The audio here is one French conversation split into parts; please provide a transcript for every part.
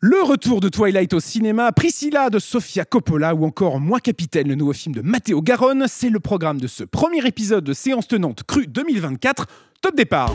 Le retour de Twilight au cinéma, Priscilla de Sofia Coppola ou encore Moi Capitaine, le nouveau film de Matteo Garonne, c'est le programme de ce premier épisode de Séance Tenante Crue 2024. Top départ.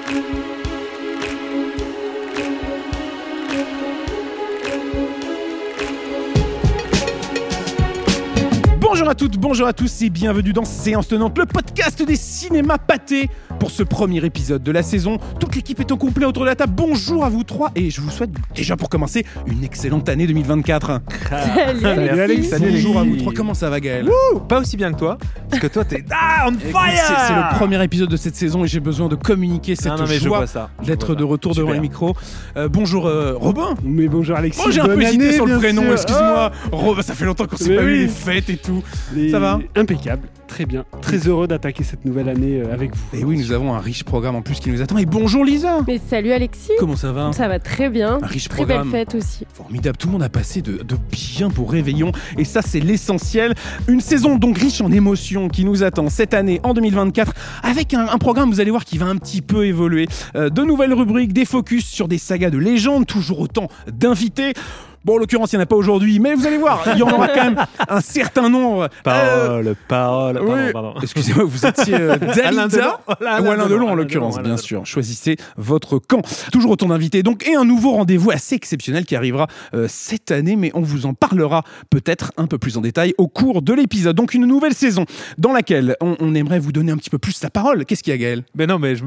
Bonjour à toutes, bonjour à tous et bienvenue dans Séance Tenante, le podcast des cinémas pâtés. Pour ce premier épisode de la saison, toute l'équipe est au complet autour de la table. Bonjour à vous trois et je vous souhaite déjà pour commencer une excellente année 2024. Salut Alex. Bonjour à vous trois, comment ça va Gaël? Pas aussi bien que toi, parce que toi t'es on fire. C'est le premier épisode de cette saison et j'ai besoin de communiquer cette joie d'être de retour devant les micros. Bonjour Robin. Mais bonjour Alexis. Oh, j'ai un peu hésité sur le prénom, sûr. excuse-moi. Robin, ça fait longtemps qu'on s'est pas vu, les fêtes et tout. Ça va? Impeccable, très bien. Très heureux d'attaquer cette nouvelle année avec vous. Et oui, nous avons un riche programme en plus qui nous attend. Et bonjour Lisa. Mais salut Alexis. Comment ça va? Ça va très bien. Un riche très programme. belle fête aussi. Formidable, tout le monde a passé de bien beaux réveillons et ça c'est l'essentiel. Une saison donc riche en émotions qui nous attend cette année en 2024 avec un programme, vous allez voir, qui va un petit peu évoluer. De nouvelles rubriques, des focus sur des sagas de légende, toujours autant d'invités. Bon, en l'occurrence, il n'y en a pas aujourd'hui, mais vous allez voir, il y en aura quand même un certain nombre. Parole. Oui. Pardon. Excusez-moi, vous étiez Dalida ou Alain Delon en l'occurrence, Alain bien Delon. sûr. Choisissez votre camp. Toujours autant d'invités, donc, et un nouveau rendez-vous assez exceptionnel qui arrivera cette année, mais on vous en parlera peut-être un peu plus en détail au cours de l'épisode. Donc, une nouvelle saison dans laquelle on aimerait vous donner un petit peu plus la parole. Qu'est-ce qu'il y a, Gaël? Mais non, mais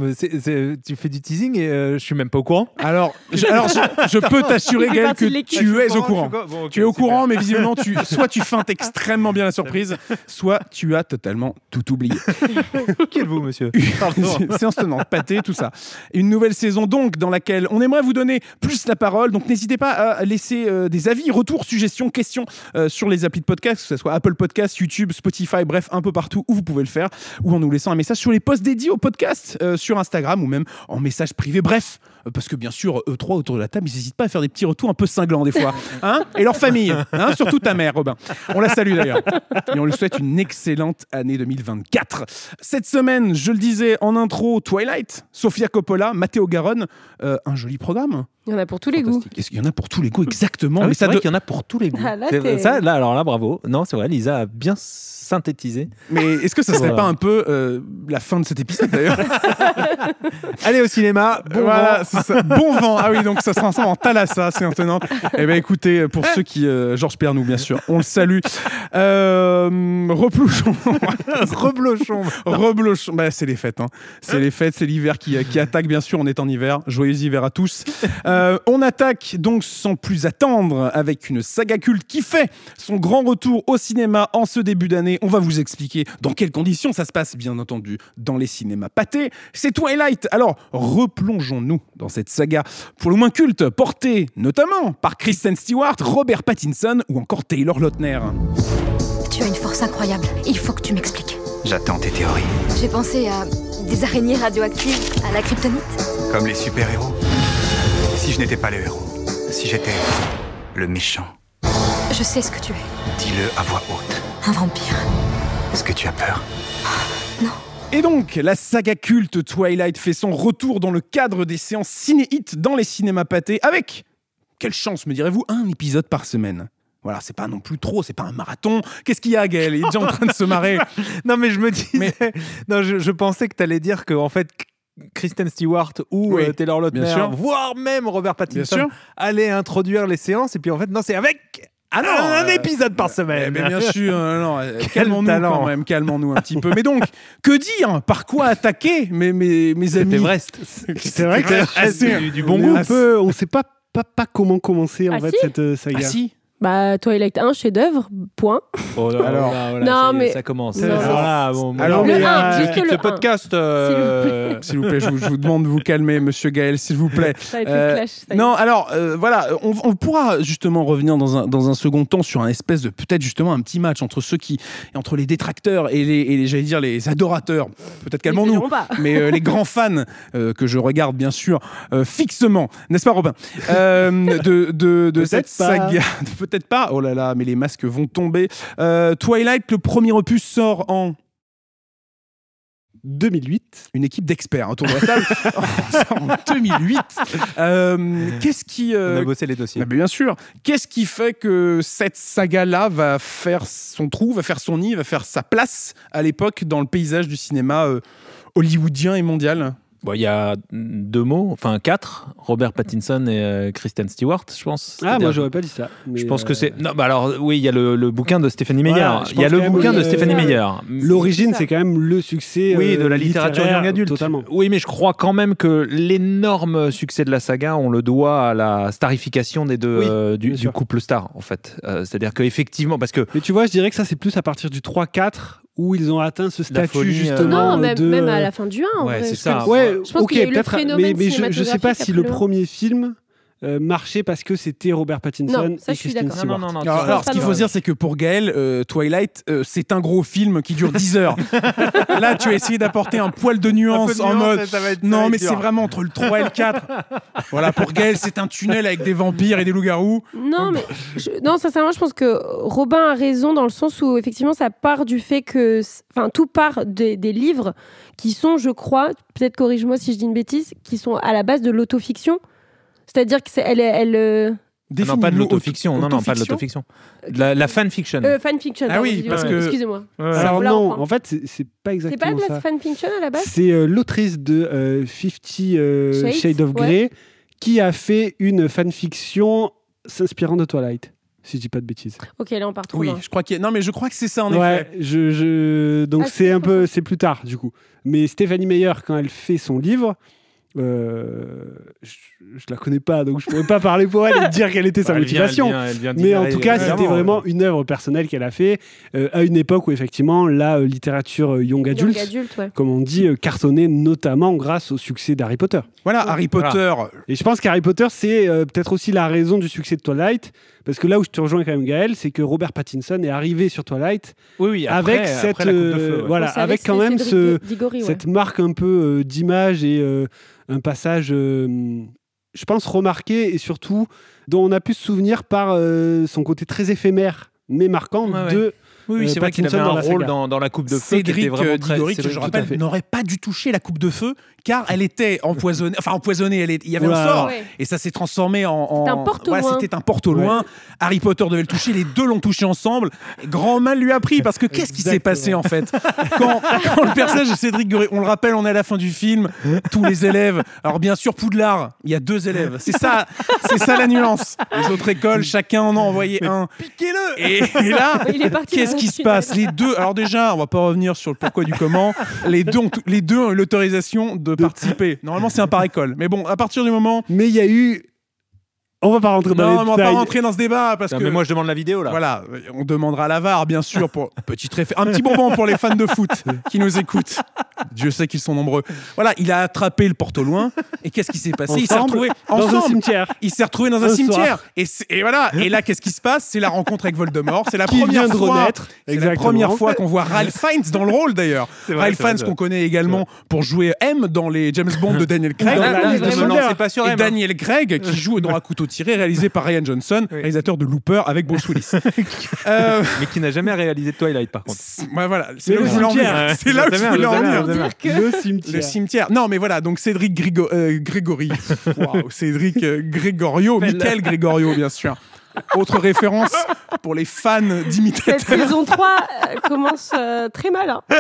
tu fais du teasing et je suis même pas au courant. Alors, je peux t'assurer, Gaël, que tu es au courant. Bon, okay, Tu es au courant, mais visiblement, soit tu feintes extrêmement bien la surprise, soit tu as totalement tout oublié. Qui êtes-vous, monsieur? Séance tenante, pâté, tout ça. Une nouvelle saison donc dans laquelle on aimerait vous donner plus la parole. Donc n'hésitez pas à laisser des avis, retours, suggestions, questions sur les applis de podcast, que ce soit Apple Podcasts, YouTube, Spotify, bref, un peu partout où vous pouvez le faire, ou en nous laissant un message sur les posts dédiés au podcast sur Instagram ou même en message privé. Bref, parce que bien sûr, eux trois autour de la table, ils n'hésitent pas à faire des petits retours un peu cinglants des fois. Hein, et leur famille, hein, surtout ta mère, Robin. On la salue d'ailleurs. Et on lui souhaite une excellente année 2024. Cette semaine, je le disais en intro, Twilight, Sofia Coppola, Matteo Garonne, un joli programme. Il y en a pour tous les goûts. Il y en a pour tous les goûts, exactement. Ah oui, mais c'est vrai qu'il y en a pour tous les goûts. Ah, là, Alors là, bravo. Non, c'est vrai, Lisa a bien synthétisé. Mais est-ce que ça serait pas un peu la fin de cet épisode d'ailleurs? Allez au cinéma, bon voilà, vent. c'est ça. Bon vent. Ah oui, donc ça se transforme en Thalassa, c'est maintenant. Eh bien écoutez, pour ceux qui... Georges Pernou, bien sûr, on le salue. Replouchons. Reblochons. Bah, c'est les fêtes. Hein. C'est les fêtes, c'est l'hiver qui attaque, bien sûr. On est en hiver. Joyeux hiver à tous. On attaque donc sans plus attendre avec une saga culte qui fait son grand retour au cinéma en ce début d'année. On va vous expliquer dans quelles conditions ça se passe, bien entendu, dans les cinémas pâtés. C'est Twilight. Alors, replongeons-nous dans cette saga pour le moins culte, portée notamment par Kristen Stewart, Robert Pattinson ou encore Taylor Lautner. Tu as une force incroyable. Il faut que tu m'expliques. J'attends tes théories. J'ai pensé à des araignées radioactives, à la kryptonite. Comme les super-héros. Si je n'étais pas le héros, si j'étais le méchant, Je sais ce que tu es. dis-le à voix haute. Un vampire. Est-ce que tu as peur? Non. Et donc, la saga culte Twilight fait son retour dans le cadre des séances ciné-hit dans les cinémas pâtés avec, quelle chance me direz-vous, un épisode par semaine. Voilà, c'est pas non plus trop, c'est pas un marathon. Qu'est-ce qu'il y a, Gaël? Il est déjà en train de se marrer. Non, mais je me disais... Non, je pensais que tu allais dire que, en fait... Kristen Stewart ou Taylor Lautner, voire même Robert Pattinson, allaient introduire les séances. Et puis en fait, non, c'est avec un épisode par semaine. Bien sûr, non, calmons-nous quand même, calmons-nous un petit peu. Mais donc, que dire? Par quoi attaquer, mes amis? C'était Brest. C'est vrai que c'est du bon goût. On ne sait pas comment commencer en fait cette saga. Ah si. Bah, Twilight 1, chef-d'œuvre, point. Oh là, Alors, non, mais ça commence. Non. Alors, le mais, 1, juste quitte le ce 1. podcast. S'il vous plaît, je vous demande de vous calmer, monsieur Gaël, s'il vous plaît. Ça a été clash. Ça y est. Non, alors, voilà, on pourra justement revenir dans un second temps sur un espèce de, peut-être justement, un petit match entre les détracteurs et les j'allais dire, les adorateurs. Peut-être Ils calmons-nous. diront pas. Mais les grands fans que je regarde, bien sûr, fixement. N'est-ce pas, Robin? De cette saga. Peut-être pas. Oh là là, mais les masques vont tomber. Twilight, le premier opus sort en... 2008. Une équipe d'experts autour de la table. En 2008. Qu'est-ce qui... On a bossé les dossiers. Bien sûr. Qu'est-ce qui fait que cette saga-là va faire son trou, va faire son nid, va faire sa place à l'époque dans le paysage du cinéma hollywoodien et mondial ? Bon, il y a 4, Robert Pattinson et Kristen Stewart, je pense. Moi, j'aurais pas dit ça. Je pense que c'est... Non, alors, oui, il y a le bouquin de Stephanie Meyer. Il y a le bouquin de Stephanie Meyer. L'origine, c'est quand même le succès de la littérature young adulte. Totalement. Oui, mais je crois quand même que l'énorme succès de la saga, on le doit à la starification des deux, du couple star, en fait. C'est-à-dire qu'effectivement, parce que... Mais tu vois, je dirais que ça, c'est plus à partir du 3-4 où ils ont atteint ce statut justement même à la fin du 1 en vrai. C'est ça. Je pense qu'il y a eu le phénomène mais je sais pas si le après premier film marchait parce que c'était Robert Pattinson et Kristen Stewart. Non. Alors, ce qu'il faut dire, c'est que pour Gaël, Twilight, c'est un gros film qui dure 10 heures. Là, tu as essayé d'apporter un poil de nuance en mode non, mais c'est vraiment entre le 3 et le 4. Voilà, pour Gaël, c'est un tunnel avec des vampires et des loups-garous. Non, mais sincèrement, je pense que Robin a raison dans le sens où effectivement, ça part du fait que, tout part des livres qui sont, je crois, peut-être corrige-moi si je dis une bêtise, qui sont à la base de l'autofiction. C'est-à-dire que non, pas de l'autofiction. Non, pas de l'autofiction. La fanfiction. Fanfiction. Ah oui, parce que... Excusez-moi. Alors non, en fait, c'est pas exactement ça. C'est pas de la fanfiction à la base ? C'est l'autrice de 50 Shades of Grey qui a fait une fanfiction s'inspirant de Twilight. Si je dis pas de bêtises. Ok, là on part trop loin. Je crois je crois que c'est ça en effet. Donc c'est plus tard du coup. Mais Stephanie Meyer, quand elle fait son livre, je la connais pas, donc je pourrais pas parler pour elle et dire quelle était sa motivation. Elle vient mais en tout cas, c'était vraiment une œuvre personnelle qu'elle a fait à une époque où effectivement la littérature young adulte, comme on dit, cartonnait notamment grâce au succès d'Harry Potter. Voilà, Harry Potter. Et je pense qu'Harry Potter, c'est peut-être aussi la raison du succès de Twilight, parce que là où je te rejoins quand même, Gaël, c'est que Robert Pattinson est arrivé sur Twilight avec cette après la coupe de feu, avec quand même cette marque un peu d'image et un passage, je pense, remarqué et surtout dont on a pu se souvenir par son côté très éphémère mais marquant de Oui, c'est vrai qu'il avait un rôle dans la coupe de feu. Cédric Diggory, que je rappelle, n'aurait pas dû toucher la coupe de feu car elle était empoisonnée. Enfin, empoisonnée, il y avait un sort. Ouais. Et ça s'est transformé en... C'était un porte au loin. Ouais. Harry Potter devait le toucher, les deux l'ont touché ensemble. Grand mal lui a pris, parce que qu'est-ce qui s'est passé en fait quand le personnage de Cédric Diggory, on le rappelle, on est à la fin du film, tous les élèves... Alors bien sûr, Poudlard, il y a 2 élèves. C'est ça la nuance. Les autres écoles, chacun en a envoyé un. Piquez-le. Et là, qu'est-ce qui se passe? Les deux... Alors déjà, on va pas revenir sur le pourquoi du comment. Les deux ont eu l'autorisation de participer. Normalement, c'est un par école. Mais bon, à partir du moment... Mais il y a eu... On va pas rentrer dans les détails. On va pas rentrer dans ce débat parce que... Mais moi, je demande la vidéo, là. Voilà, on demandera à la VAR, bien sûr, pour un petit bonbon pour les fans de foot qui nous écoutent. Dieu sait qu'ils sont nombreux. Voilà, il a attrapé le porte au loin. Et qu'est-ce qui s'est passé? Il s'est retrouvé dans un cimetière. Il s'est retrouvé dans un cimetière. Et voilà. Et là, qu'est-ce qui se passe? C'est la rencontre avec Voldemort. C'est la première fois. C'est la première fois qu'on voit Ralph Fiennes dans le rôle, d'ailleurs. Ralph Fiennes qu'on connaît également pour jouer M dans les James Bond de Daniel Craig. C'est pas sur M. Et Daniel Craig qui joue dans Un couteau tiré, réalisé par Ryan Johnson, réalisateur de Looper avec Bruce Willis. Mais qui n'a jamais réalisé Twilight, par contre. Voilà, c'est là où je voulais en venir. C'est là où je voulais en venir. Le cimetière. Non, mais voilà, donc Cédric Grégory. Waouh, Cédric Grégorio, Michael Grégorio, bien sûr. Autre référence pour les fans d'imitateurs. Cette saison 3 commence très mal. Hein.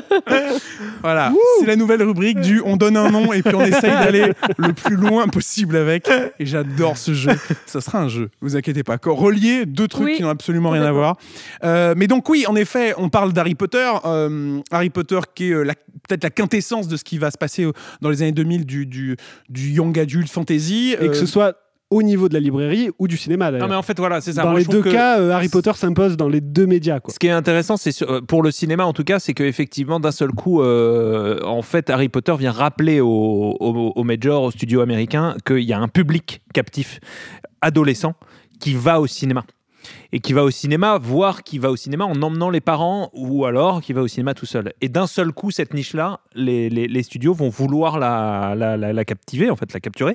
Voilà, c'est la nouvelle rubrique du on donne un nom et puis on essaye d'aller le plus loin possible avec. Et j'adore ce jeu. Ça sera un jeu, vous inquiétez pas. Relier 2 trucs qui n'ont absolument rien à voir. Mais donc oui, en effet, on parle d'Harry Potter. Harry Potter qui est peut-être la quintessence de ce qui va se passer dans les années 2000 du young adult fantasy. Et que ce soit au niveau de la librairie ou du cinéma d'ailleurs. Non mais en fait voilà, c'est ça. Dans les deux cas, Harry Potter s'impose dans les 2 médias, quoi. Ce qui est intéressant, c'est pour le cinéma en tout cas, c'est qu'effectivement d'un seul coup, en fait, Harry Potter vient rappeler aux majors, aux studios américains, qu'il y a un public captif, adolescent, qui va au cinéma. Et qui va au cinéma, voire qui va au cinéma en emmenant les parents, ou alors qui va au cinéma tout seul. Et d'un seul coup, cette niche-là, les studios vont vouloir la captiver, en fait, la capturer.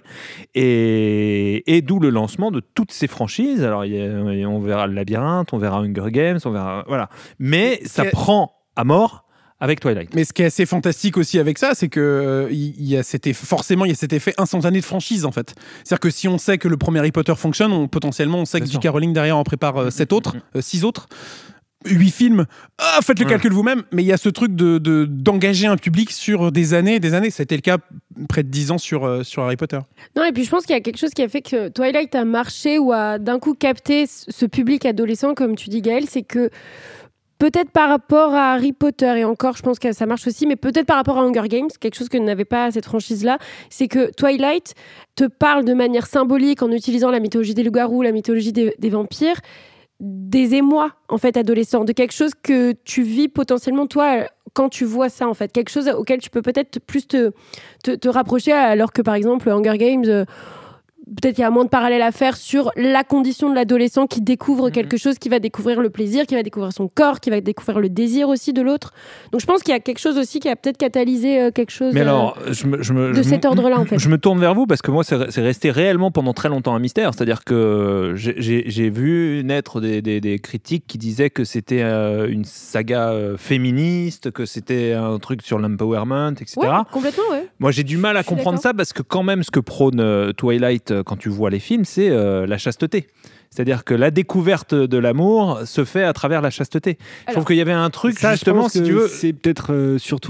Et d'où le lancement de toutes ces franchises. Alors, on verra le Labyrinthe, on verra Hunger Games, on verra... Voilà. Mais ça prend à mort avec Twilight. Mais ce qui est assez fantastique aussi avec ça, c'est que il y a cet effet instantané de franchise en fait. C'est-à-dire que si on sait que le premier Harry Potter fonctionne, on sait que J.K. Rowling derrière en prépare 6 autres. 8 films, faites le calcul vous-même, mais il y a ce truc d'engager un public sur des années. Ça a été le cas près de 10 ans sur Harry Potter. Non, et puis je pense qu'il y a quelque chose qui a fait que Twilight a marché ou a d'un coup capté ce public adolescent, comme tu dis Gaël, c'est que peut-être par rapport à Harry Potter, et encore je pense que ça marche aussi, mais peut-être par rapport à Hunger Games, quelque chose que n'avait pas cette franchise-là, c'est que Twilight te parle de manière symbolique en utilisant la mythologie des loups-garous, la mythologie des vampires, des émois en fait adolescents, de quelque chose que tu vis potentiellement toi quand tu vois ça en fait, quelque chose auquel tu peux peut-être plus te rapprocher, alors que par exemple Hunger Games peut-être qu'il y a moins de parallèles à faire sur la condition de l'adolescent qui découvre quelque chose, qui va découvrir le plaisir, qui va découvrir son corps, qui va découvrir le désir aussi de l'autre. Donc je pense qu'il y a quelque chose aussi qui a peut-être catalysé quelque chose de cet ordre-là en fait. Je me tourne vers vous parce que moi c'est resté réellement pendant très longtemps un mystère. C'est-à-dire que j'ai vu naître des critiques qui disaient que c'était une saga féministe, que c'était un truc sur l'empowerment, etc. Ouais, complètement, ouais. Moi j'ai du mal à comprendre ça parce que quand même ce que prône Twilight quand tu vois les films, c'est la chasteté. C'est-à-dire que la découverte de l'amour se fait à travers la chasteté. Je trouve qu'il y avait un truc, ça, justement, si tu veux... C'est peut-être surtout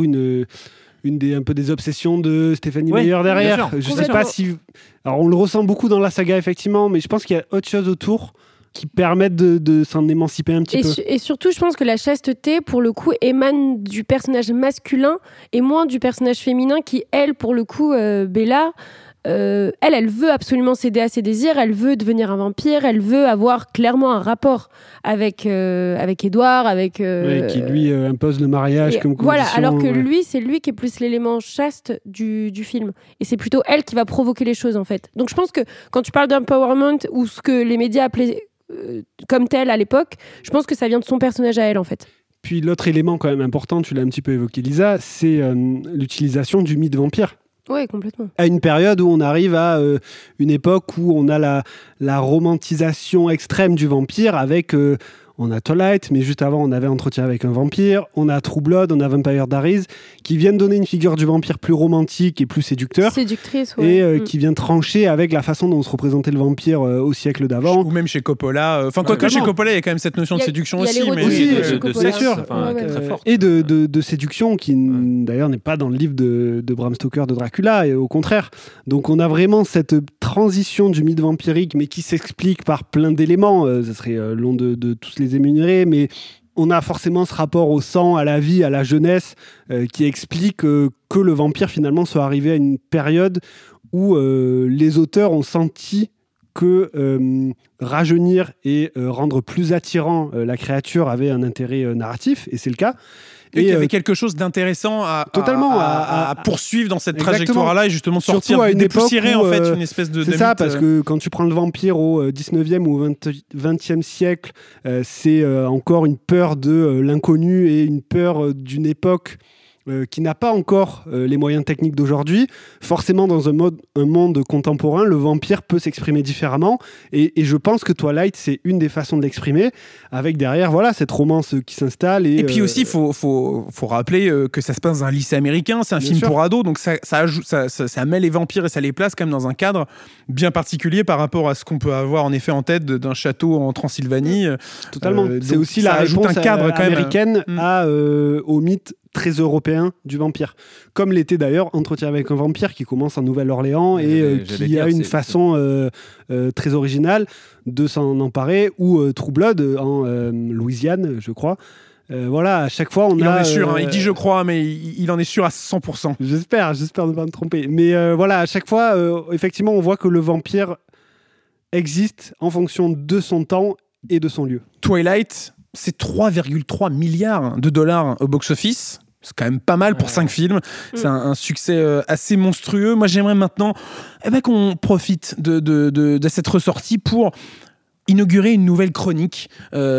un peu des obsessions de Stéphanie Meyer derrière. Je ne sais pas si... Alors, on le ressent beaucoup dans la saga, effectivement, mais je pense qu'il y a autre chose autour qui permettent de s'en émanciper un petit peu. Et surtout, je pense que la chasteté, pour le coup, émane du personnage masculin et moins du personnage féminin qui, elle, pour le coup, Bella... elle veut absolument céder à ses désirs, elle veut devenir un vampire, elle veut avoir clairement un rapport avec Édouard, qui lui impose le mariage comme condition. Voilà, alors que lui, c'est lui qui est plus l'élément chaste du film. Et c'est plutôt elle qui va provoquer les choses, en fait. Donc je pense que quand tu parles d'empowerment, ou ce que les médias appelaient comme tel à l'époque, je pense que ça vient de son personnage à elle, en fait. Puis l'autre élément quand même important, tu l'as un petit peu évoqué Lisa, c'est l'utilisation du mythe vampire. Oui, complètement. À une période où on arrive à une époque où on a la romantisation extrême du vampire avec... on a Twilight, mais juste avant, on avait Entretien avec un vampire. On a True Blood, on a Vampire Diaries, qui viennent donner une figure du vampire plus romantique et plus séducteur. Séductrice, ouais. Et qui vient trancher avec la façon dont se représentait le vampire au siècle d'avant. Ou même chez Coppola. Enfin, quoique chez Coppola, il y a quand même cette notion de séduction aussi. Mais bien sûr. Très forte. Et de séduction qui, d'ailleurs, n'est pas dans le livre de Bram Stoker de Dracula, et au contraire. Donc, on a vraiment cette transition du mythe vampirique, mais qui s'explique par plein d'éléments. Ça serait long de tous les énumérer, mais on a forcément ce rapport au sang, à la vie, à la jeunesse, qui explique que le vampire finalement soit arrivé à une période où les auteurs ont senti que rajeunir et rendre plus attirant la créature avait un intérêt narratif, et c'est le cas. Et qu'il y avait quelque chose d'intéressant à poursuivre dans cette trajectoire-là, et justement sortir, dépoussiérer en fait une espèce de... C'est ça, parce que quand tu prends le vampire au 19e ou 20e siècle, c'est encore une peur de l'inconnu et une peur d'une époque qui n'a pas encore les moyens techniques d'aujourd'hui. Forcément, dans un monde contemporain, le vampire peut s'exprimer différemment, et je pense que Twilight, c'est une des façons de l'exprimer, avec derrière cette romance qui s'installe. Et puis aussi, il faut rappeler que ça se passe dans un lycée américain, c'est un film pour ados, donc ça met les vampires et ça les place quand même dans un cadre bien particulier par rapport à ce qu'on peut avoir en effet en tête d'un château en Transylvanie. Totalement. C'est aussi la réponse américaine au mythe très européen du vampire, comme l'était d'ailleurs Entretien avec un vampire, qui commence en Nouvelle-Orléans et qui a une façon très originale de s'en emparer, ou True Blood en Louisiane, je crois. À chaque fois il en est sûr, il dit je crois, mais il en est sûr à 100%. J'espère ne pas me tromper. Mais à chaque fois, effectivement, on voit que le vampire existe en fonction de son temps et de son lieu. Twilight, c'est 3,3 milliards de dollars au box-office. C'est quand même pas mal pour 5 films. C'est un succès assez monstrueux. Moi, j'aimerais maintenant qu'on profite de cette ressortie pour inaugurer une nouvelle chronique.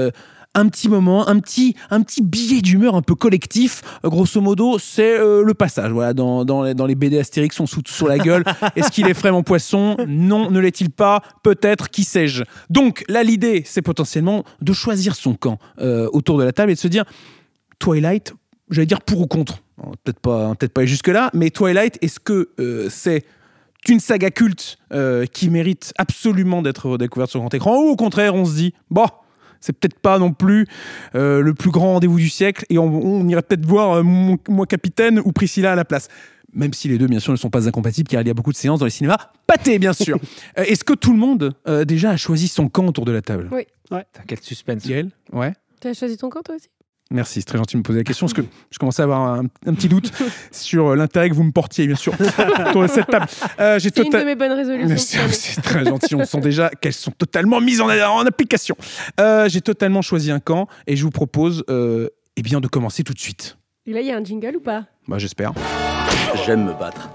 Un petit moment, un petit billet d'humeur un peu collectif. Grosso modo, c'est le passage. Voilà, dans les BD Astérix, on saute sur la gueule. Est-ce qu'il est frais, mon poisson ? Non, ne l'est-il pas ? Peut-être, qui sais-je ? Donc là, l'idée, c'est potentiellement de choisir son camp autour de la table et de se dire, Twilight, j'allais dire pour ou contre. Peut-être pas jusque-là, mais Twilight, est-ce que c'est une saga culte qui mérite absolument d'être redécouverte sur grand écran, ou au contraire, on se dit, c'est peut-être pas non plus le plus grand rendez-vous du siècle, et on irait peut-être voir moi Capitaine ou Priscilla à la place. Même si les deux, bien sûr, ne sont pas incompatibles, car il y a beaucoup de séances dans les cinémas pâtés, bien sûr. Est-ce que tout le monde déjà a choisi son camp autour de la table? Oui. Ouais. Quel suspense. Gaël? Ouais. Tu as choisi ton camp, toi aussi? Merci, c'est très gentil de me poser la question, parce que je commençais à avoir un petit doute sur l'intérêt que vous me portiez, bien sûr, autour de cette table. C'est une de mes bonnes résolutions. C'est très gentil, on sent déjà qu'elles sont totalement mises en application. J'ai totalement choisi un camp, et je vous propose de commencer tout de suite. Et là, il y a un jingle ou pas? J'espère. J'aime me battre.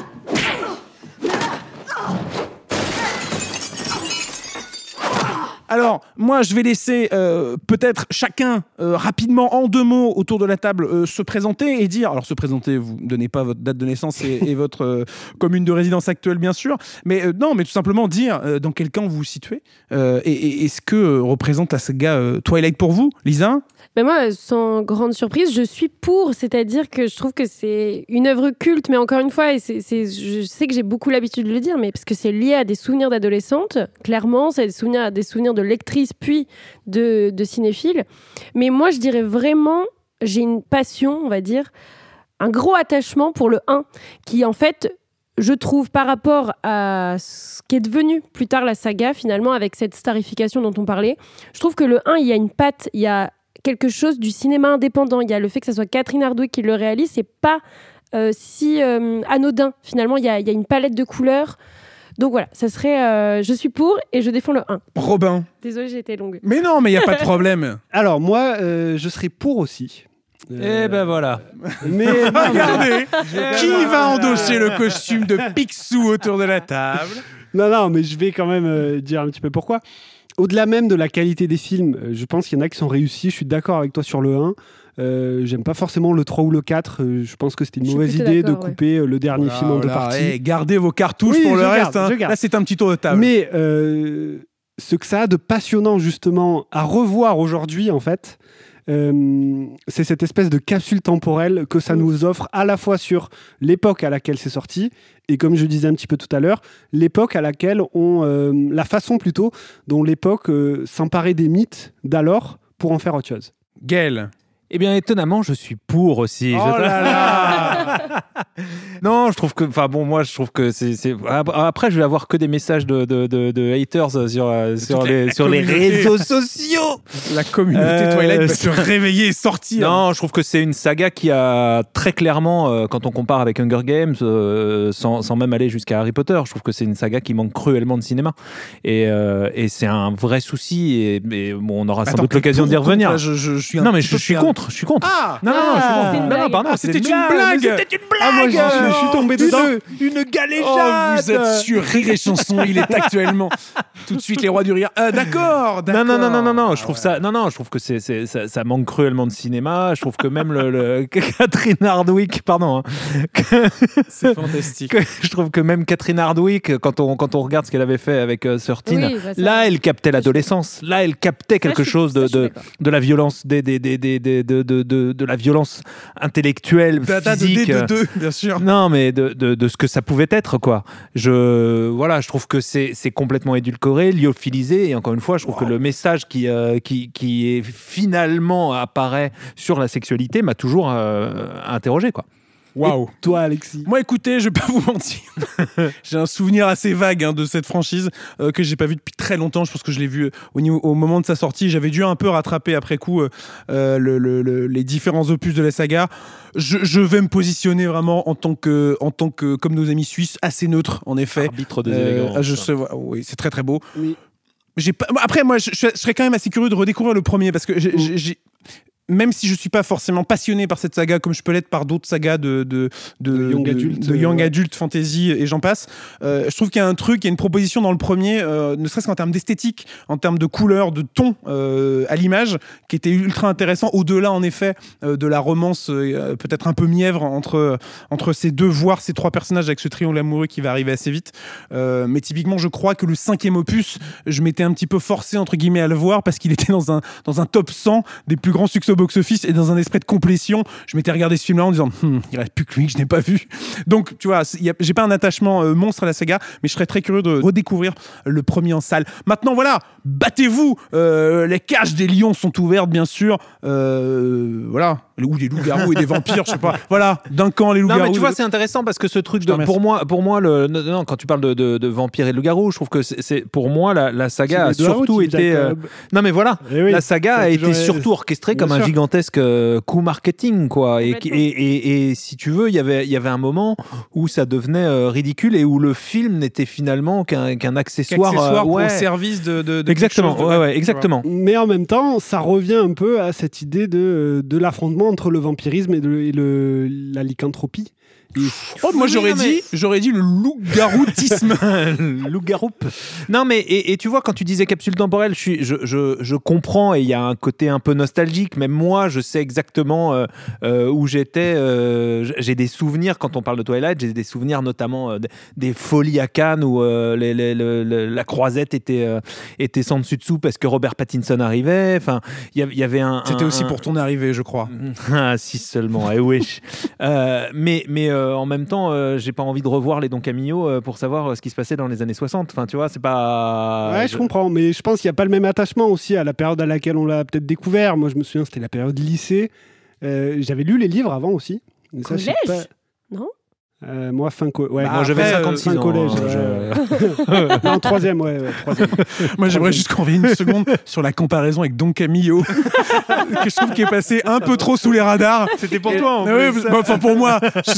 Alors, moi, je vais laisser peut-être chacun rapidement, en 2 mots, autour de la table, se présenter et dire... Alors, se présenter, vous ne donnez pas votre date de naissance et votre commune de résidence actuelle, bien sûr. Mais non, mais tout simplement dire dans quel camp vous vous situez. Et ce que représente la saga Twilight pour vous, Lisa? Moi, sans grande surprise, je suis pour. C'est-à-dire que je trouve que c'est une œuvre culte, mais encore une fois, je sais que j'ai beaucoup l'habitude de le dire, mais parce que c'est lié à des souvenirs d'adolescente. Clairement, c'est des souvenirs de lectrice, puis de cinéphile. Mais moi, je dirais vraiment, j'ai une passion, on va dire, un gros attachement pour le 1, qui en fait... Je trouve, par rapport à ce qui est devenu plus tard la saga, finalement, avec cette starification dont on parlait, je trouve que le 1, il y a une patte, il y a quelque chose du cinéma indépendant. Il y a le fait que ce soit Catherine Hardwicke qui le réalise, c'est pas si anodin. Finalement, il y a une palette de couleurs. Donc voilà, ça serait... je suis pour et je défends le 1. Robin. Désolée, j'ai été longue. Mais non, mais il n'y a pas de problème. Alors moi, je serais pour aussi. Et ben voilà. Mais regardez, qui va endosser le costume de Picsou autour de la table? Non, mais je vais quand même dire un petit peu pourquoi. Au-delà même de la qualité des films, je pense qu'il y en a qui sont réussis. Je suis d'accord avec toi sur le 1. J'aime pas forcément le 3 ou le 4. Je pense que c'était une mauvaise idée de couper le dernier film en 2 parties. Gardez vos cartouches pour le reste. Là, c'est un petit tour de table. Mais ce que ça a de passionnant, justement, à revoir aujourd'hui, en fait... c'est cette espèce de capsule temporelle que ça nous offre à la fois sur l'époque à laquelle c'est sorti et, comme je disais un petit peu tout à l'heure, l'époque à laquelle la façon plutôt dont l'époque s'emparait des mythes d'alors pour en faire autre chose. Gaël. Eh bien, étonnamment, je suis pour aussi. Oh là là. Non, je trouve que... Enfin bon, moi, je trouve que c'est... Après, je vais avoir que des messages de haters sur les réseaux sociaux. La communauté Twilight va se réveiller et sortir. Non, je trouve que c'est une saga qui a très clairement, quand on compare avec Hunger Games, sans même aller jusqu'à Harry Potter, je trouve que c'est une saga qui manque cruellement de cinéma. Et c'est un vrai souci. Et bon, on aura sans doute l'occasion d'y revenir. Non, mais je suis contre. Je suis contre. Ah, non, je suis contre. Pardon, c'était une blague. C'était une blague. Ah, moi, je suis tombé dedans. Une galéjade. Oh, vous êtes sur Rire et Chanson. Il est actuellement tout de suite les rois du rire. D'accord. Non. Je trouve ça. Non. Je trouve que ça manque cruellement de cinéma. Je trouve que même le Catherine Hardwicke, pardon. C'est fantastique. Je trouve que même Catherine Hardwicke, quand on regarde ce qu'elle avait fait avec 13, là, elle captait l'adolescence. Là, elle captait quelque chose de la violence de la violence intellectuelle, physique. Bien sûr. Non, mais de ce que ça pouvait être, quoi. Je trouve que c'est complètement édulcoré, lyophilisé, et encore une fois, je trouve que le message qui est finalement apparaît sur la sexualité m'a toujours interrogé, quoi. Waouh. Toi, Alexis? Moi, écoutez, je vais pas vous mentir. J'ai un souvenir assez vague de cette franchise que j'ai pas vu depuis très longtemps. Je pense que je l'ai vu au moment de sa sortie. J'avais dû un peu rattraper après coup les différents opus de la saga. Je vais me positionner vraiment en tant que comme nos amis suisses, assez neutre, en effet. Arbitre des élégances. Oui, c'est très très beau. Oui. Après, moi, je serais quand même assez curieux de redécouvrir le premier parce que même si je suis pas forcément passionné par cette saga comme je peux l'être par d'autres sagas de young adult fantasy et j'en passe, je trouve qu'il y a un truc, il y a une proposition dans le premier, ne serait-ce qu'en termes d'esthétique, en termes de couleur, de ton à l'image, qui était ultra intéressant, au-delà en effet de la romance peut-être un peu mièvre entre ces deux, voire ces 3 personnages avec ce triangle amoureux qui va arriver assez vite. Mais typiquement, je crois que le 5e opus, je m'étais un petit peu forcé entre guillemets à le voir parce qu'il était dans un top 100 des plus grands succès au box-office et dans un esprit de complétion, je m'étais regardé ce film-là en disant il reste plus que lui que je n'ai pas vu. Donc, tu vois, j'ai pas un attachement monstre à la saga, mais je serais très curieux de redécouvrir le premier en salle. Maintenant, voilà, battez-vous. Les cages des lions sont ouvertes, bien sûr. Voilà. Ou des loups-garous et des vampires, je sais pas. Voilà, d'un camp les loups-garous. Non, mais tu vois, c'est intéressant parce que ce truc pour moi, quand tu parles de vampires et de loups-garous, je trouve que c'est pour moi la saga a surtout été. Non, mais voilà, la saga a été surtout orchestrée comme un gigantesque coup marketing, quoi. Et si tu veux, il y avait un moment où ça devenait ridicule et où le film n'était finalement qu'un accessoire au service de exactement, exactement. Mais en même temps, ça revient un peu à cette idée de l'affrontement entre le vampirisme et la lycanthropie. Moi j'aurais dit le loup-garoutisme. Loup-garou. Non mais et tu vois, quand tu disais capsule temporelle, je comprends, et il y a un côté un peu nostalgique. Même moi, je sais exactement où j'étais. J'ai des souvenirs quand on parle de Twilight. J'ai des souvenirs notamment des folies à Cannes où la croisette était sans dessus dessous parce que Robert Pattinson arrivait. Enfin, il y avait C'était aussi pour ton arrivée, je crois. Ah, si seulement. I wish. Mais en même temps, j'ai pas envie de revoir les Don Camillo pour savoir ce qui se passait dans les années 60. Enfin, tu vois, c'est pas... Ouais, je comprends, mais je pense qu'il n'y a pas le même attachement aussi à la période à laquelle on l'a peut-être découvert. Moi, je me souviens, c'était la période lycée. J'avais lu les livres avant aussi. Collège, non ? Moi, moi, j'avais 56 ans. Collège. Non, troisième. Moi, j'aimerais juste qu'on revienne une seconde sur la comparaison avec Don Camillo, que je trouve qui est passé un peu trop sous les radars. C'était pour toi, en plus. Enfin, pour moi,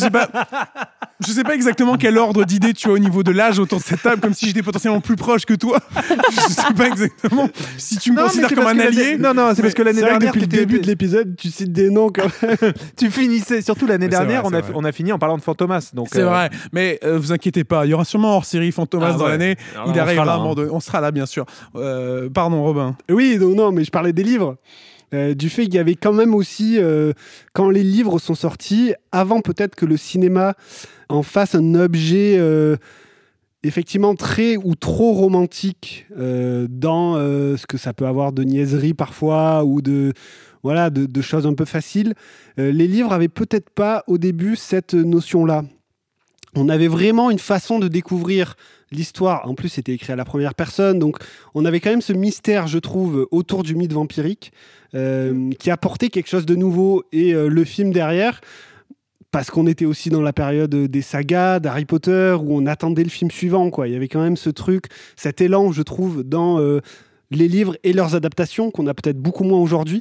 je sais pas exactement quel ordre d'idée tu as au niveau de l'âge autour de cette table, comme si j'étais potentiellement plus proche que toi. Je sais pas exactement si tu me considères comme un allié. Non, c'est parce que l'année dernière, depuis le début de l'épisode, tu cites des noms quand même. Tu finissais, surtout l'année dernière, on a fini en parlant de Fantomas. Donc, c'est vrai, mais vous inquiétez pas, il y aura sûrement hors-série Fantomas dans l'année. Il arrivera à un moment donné. On sera là, bien sûr. Pardon, Robin. Oui, non, mais je parlais des livres. Du fait qu'il y avait quand même aussi, quand les livres sont sortis, avant peut-être que le cinéma en fasse un objet effectivement très ou trop romantique dans ce que ça peut avoir de niaiserie parfois ou de choses un peu faciles. Les livres avaient peut-être pas au début cette notion-là. On avait vraiment une façon de découvrir l'histoire. En plus, c'était écrit à la première personne. Donc, on avait quand même ce mystère, je trouve, autour du mythe vampirique qui apportait quelque chose de nouveau. Et le film derrière, parce qu'on était aussi dans la période des sagas, d'Harry Potter, où on attendait le film suivant, quoi. Il y avait quand même ce truc, cet élan, je trouve, dans les livres et leurs adaptations, qu'on a peut-être beaucoup moins aujourd'hui.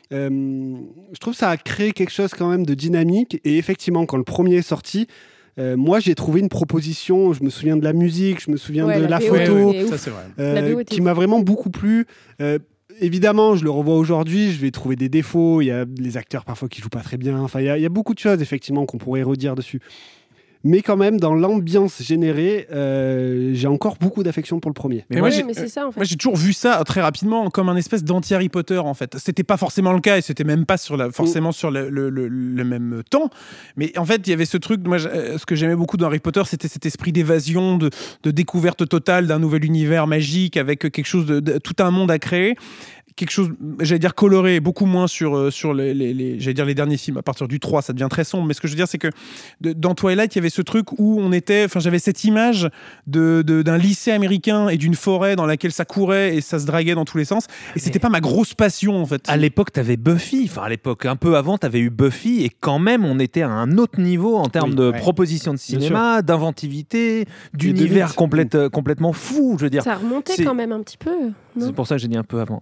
Je trouve que ça a créé quelque chose quand même de dynamique. Et effectivement, quand le premier est sorti, moi, j'ai trouvé une proposition, je me souviens de la musique, je me souviens de la photo, ça, c'est vrai. qui m'a vraiment beaucoup plu. Évidemment, je le revois aujourd'hui, je vais trouver des défauts, il y a les acteurs parfois qui jouent pas très bien, enfin, il y a beaucoup de choses, effectivement, qu'on pourrait redire dessus. Mais quand même, dans l'ambiance générée, j'ai encore beaucoup d'affection pour le premier. Mais c'est ça, en fait. Moi, j'ai toujours vu ça très rapidement comme un espèce d'anti-Harry Potter, en fait. C'était pas forcément le cas et c'était même pas forcément sur le même temps. Mais en fait, il y avait ce truc, moi, ce que j'aimais beaucoup dans Harry Potter, c'était cet esprit d'évasion, de découverte totale d'un nouvel univers magique avec quelque chose tout un monde à créer. Quelque chose, j'allais dire coloré, beaucoup moins sur j'allais dire les derniers films. À partir du 3, ça devient très sombre. Mais ce que je veux dire, c'est que dans Twilight, il y avait ce truc où j'avais cette image d'un lycée américain et d'une forêt dans laquelle ça courait et ça se draguait dans tous les sens. Et c'était pas ma grosse passion, en fait. À l'époque, t'avais Buffy. Enfin, à l'époque, un peu avant, t'avais eu Buffy. Et quand même, on était à un autre niveau en termes de proposition de cinéma, d'inventivité, d'univers complètement fou. Je veux dire. Ça remontait quand même un petit peu. Non, c'est pour ça que j'ai dit un peu avant.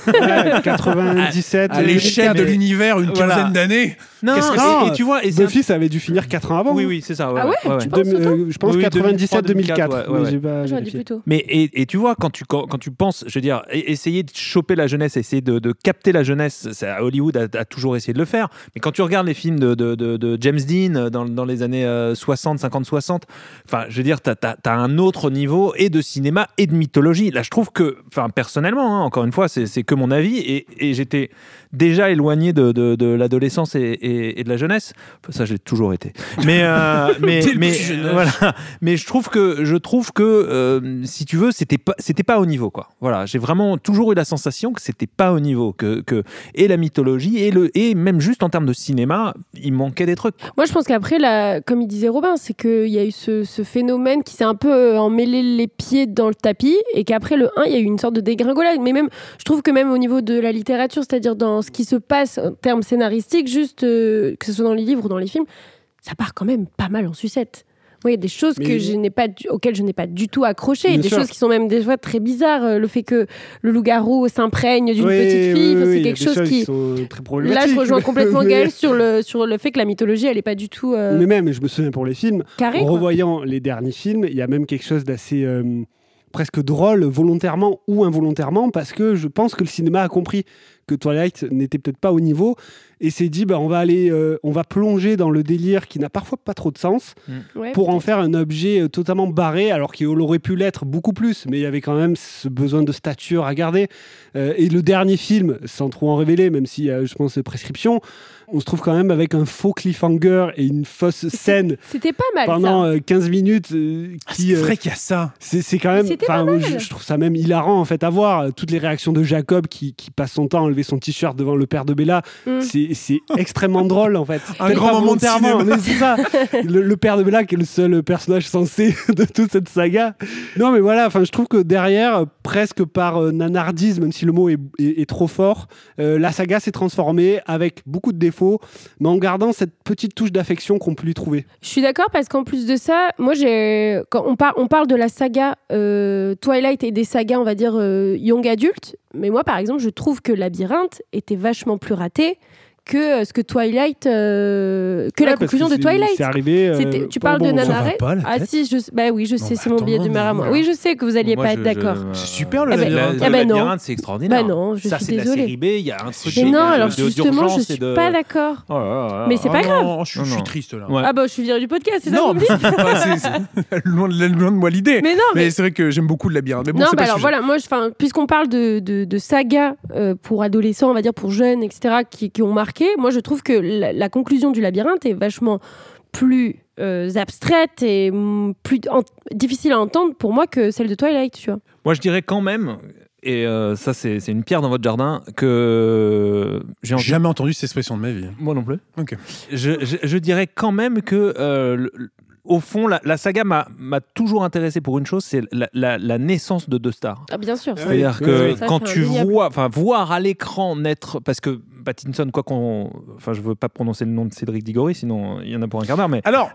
97. À l'échelle de l'univers, une quinzaine d'années. Non, et tu vois, Buffy, ça avait dû finir 4 ans avant. Oui, c'est ça. Ah ouais, tu penses je pense 97-2004. J'aurais dit plutôt. Mais et tu vois, quand tu penses, je veux dire, essayer de choper la jeunesse, essayer de capter la jeunesse, Hollywood a toujours essayé de le faire. Mais quand tu regardes les films de James Dean dans les années 60, 50, 60, enfin, je veux dire, t'as un autre niveau et de cinéma et de mythologie. Là, je trouve que, enfin, personnellement, encore une fois, c'est que mon avis, et j'étais déjà éloigné de l'adolescence et de la jeunesse. Ça, j'ai toujours été. Mais voilà. Mais je trouve que si tu veux, c'était pas au niveau, quoi. Voilà, j'ai vraiment toujours eu la sensation que c'était pas au niveau, que et la mythologie et même juste en termes de cinéma, il manquait des trucs. Moi, je pense qu'après, comme il disait Robin, c'est qu'il y a eu ce phénomène qui s'est un peu emmêlé les pieds dans le tapis, et qu'après le 1, il y a eu une sorte de dégringolade. Mais même, je trouve que même au niveau de la littérature, c'est-à-dire dans ce qui se passe en termes scénaristiques, juste que ce soit dans les livres ou dans les films, ça part quand même pas mal en sucette. Moi, il y a des choses auxquelles je n'ai pas du tout accroché. Il y a des choses qui sont même des fois très bizarres. Le fait que le loup-garou s'imprègne d'une petite fille, c'est quelque chose qui sont très problématiques. Là, je rejoins complètement Gaël sur le fait que la mythologie, elle est pas du tout. Mais même, je me souviens pour les films, carré, en revoyant les derniers films, il y a même quelque chose d'assez presque drôle, volontairement ou involontairement, parce que je pense que le cinéma a compris que Twilight n'était peut-être pas au niveau et s'est dit on va plonger dans le délire qui n'a parfois pas trop de sens pour en faire un objet totalement barré, alors qu'il aurait pu l'être beaucoup plus, mais il y avait quand même ce besoin de stature à garder. Et le dernier film, sans trop en révéler, même si je pense prescription, on se trouve quand même avec un faux cliffhanger et une fausse scène. C'était pas mal pendant 15 minutes. C'est vrai qu'il y a ça. C'est quand même. Je trouve ça même hilarant en fait à voir toutes les réactions de Jacob qui passe son temps à enlever son t-shirt devant le père de Bella. C'est extrêmement drôle en fait. Un grand moment de cinéma. Mais c'est ça. Le père de Bella qui est le seul personnage sensé de toute cette saga. Non mais voilà. Enfin, je trouve que derrière, presque par nanardisme, même si le mot est trop fort, la saga s'est transformée avec beaucoup de défauts, mais en gardant cette petite touche d'affection qu'on peut lui trouver. Je suis d'accord, parce qu'en plus de ça, moi, quand on parle de la saga Twilight et des sagas, on va dire, young adult, mais moi, par exemple, je trouve que Labyrinthe était vachement plus raté que ce que Twilight, la conclusion de Twilight. C'est arrivé. Tu parles de Nanaret. Ah si, je sais, c'est mon billet d'humeur à moi. Oui, je sais que vous alliez pas être d'accord. C'est super le Labyrinthe, c'est extraordinaire. Bah non, je suis désolée. Ça, c'est la série B, il y a un truc. Mais non, alors justement, je suis pas d'accord. Mais c'est pas grave. Je suis triste là. Ah bah, je suis virée du podcast, c'est ça que vous me dites. C'est loin de moi l'idée. Mais c'est vrai que j'aime beaucoup le Labyrinthe. Mais bon, c'est pas alors voilà, moi, puisqu'on parle de sagas pour adolescents, on va dire pour jeunes, etc., qui ont marqué. Moi, je trouve que la conclusion du Labyrinthe est vachement plus abstraite et plus difficile à entendre pour moi que celle de Twilight, tu vois. Moi, je dirais quand même, et ça, c'est une pierre dans votre jardin, que j'ai jamais entendu cette expression de ma vie. Moi non plus. Ok. Je dirais quand même que au fond, la saga m'a toujours intéressé pour une chose, c'est la naissance de deux stars. Ah, bien sûr. C'est-à-dire que quand tu vois, voir à l'écran naître, parce que Pattinson, je veux pas prononcer le nom de Cédric Diggory, sinon il y en a pour un quart d'heure. Mais alors,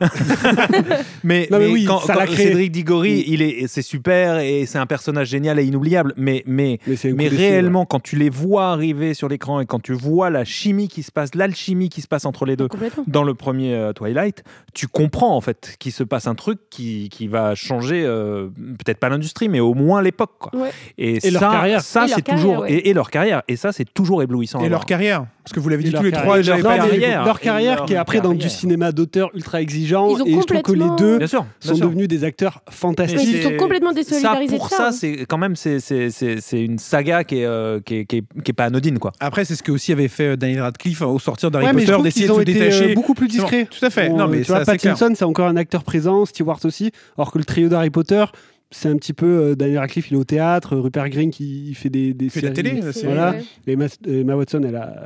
mais quand Cédric Diggory, c'est super et c'est un personnage génial et inoubliable. Mais réellement, quand tu les vois arriver sur l'écran et quand tu vois l'alchimie qui se passe entre les deux dans le premier Twilight, tu comprends en fait qu'il se passe un truc qui va changer, peut-être pas l'industrie, mais au moins l'époque, quoi. Ouais. Et leur carrière. Ça, c'est toujours et leur carrière. Et ça, c'est toujours éblouissant. Et leur carrière. Parce que vous l'avez dit tous les trois, leur carrière qui est après dans du cinéma d'auteur ultra exigeant, et je trouve que les deux sont devenus des acteurs fantastiques. Ils sont complètement désolidarisés de ça. C'est quand même c'est une saga qui est pas anodine, quoi. Après, c'est ce que aussi avait fait Daniel Radcliffe au sortir d'Harry Potter, d'essayer de se détacher. Beaucoup plus discret. Tout à fait. Non, mais tu vois, Pattinson, c'est encore un acteur présent, Stewart aussi, alors que le trio d'Harry Potter, c'est un petit peu Daniel Radcliffe, il est au théâtre, Rupert Grint qui fait des séries. La télé, voilà. Et Emma Watson, elle a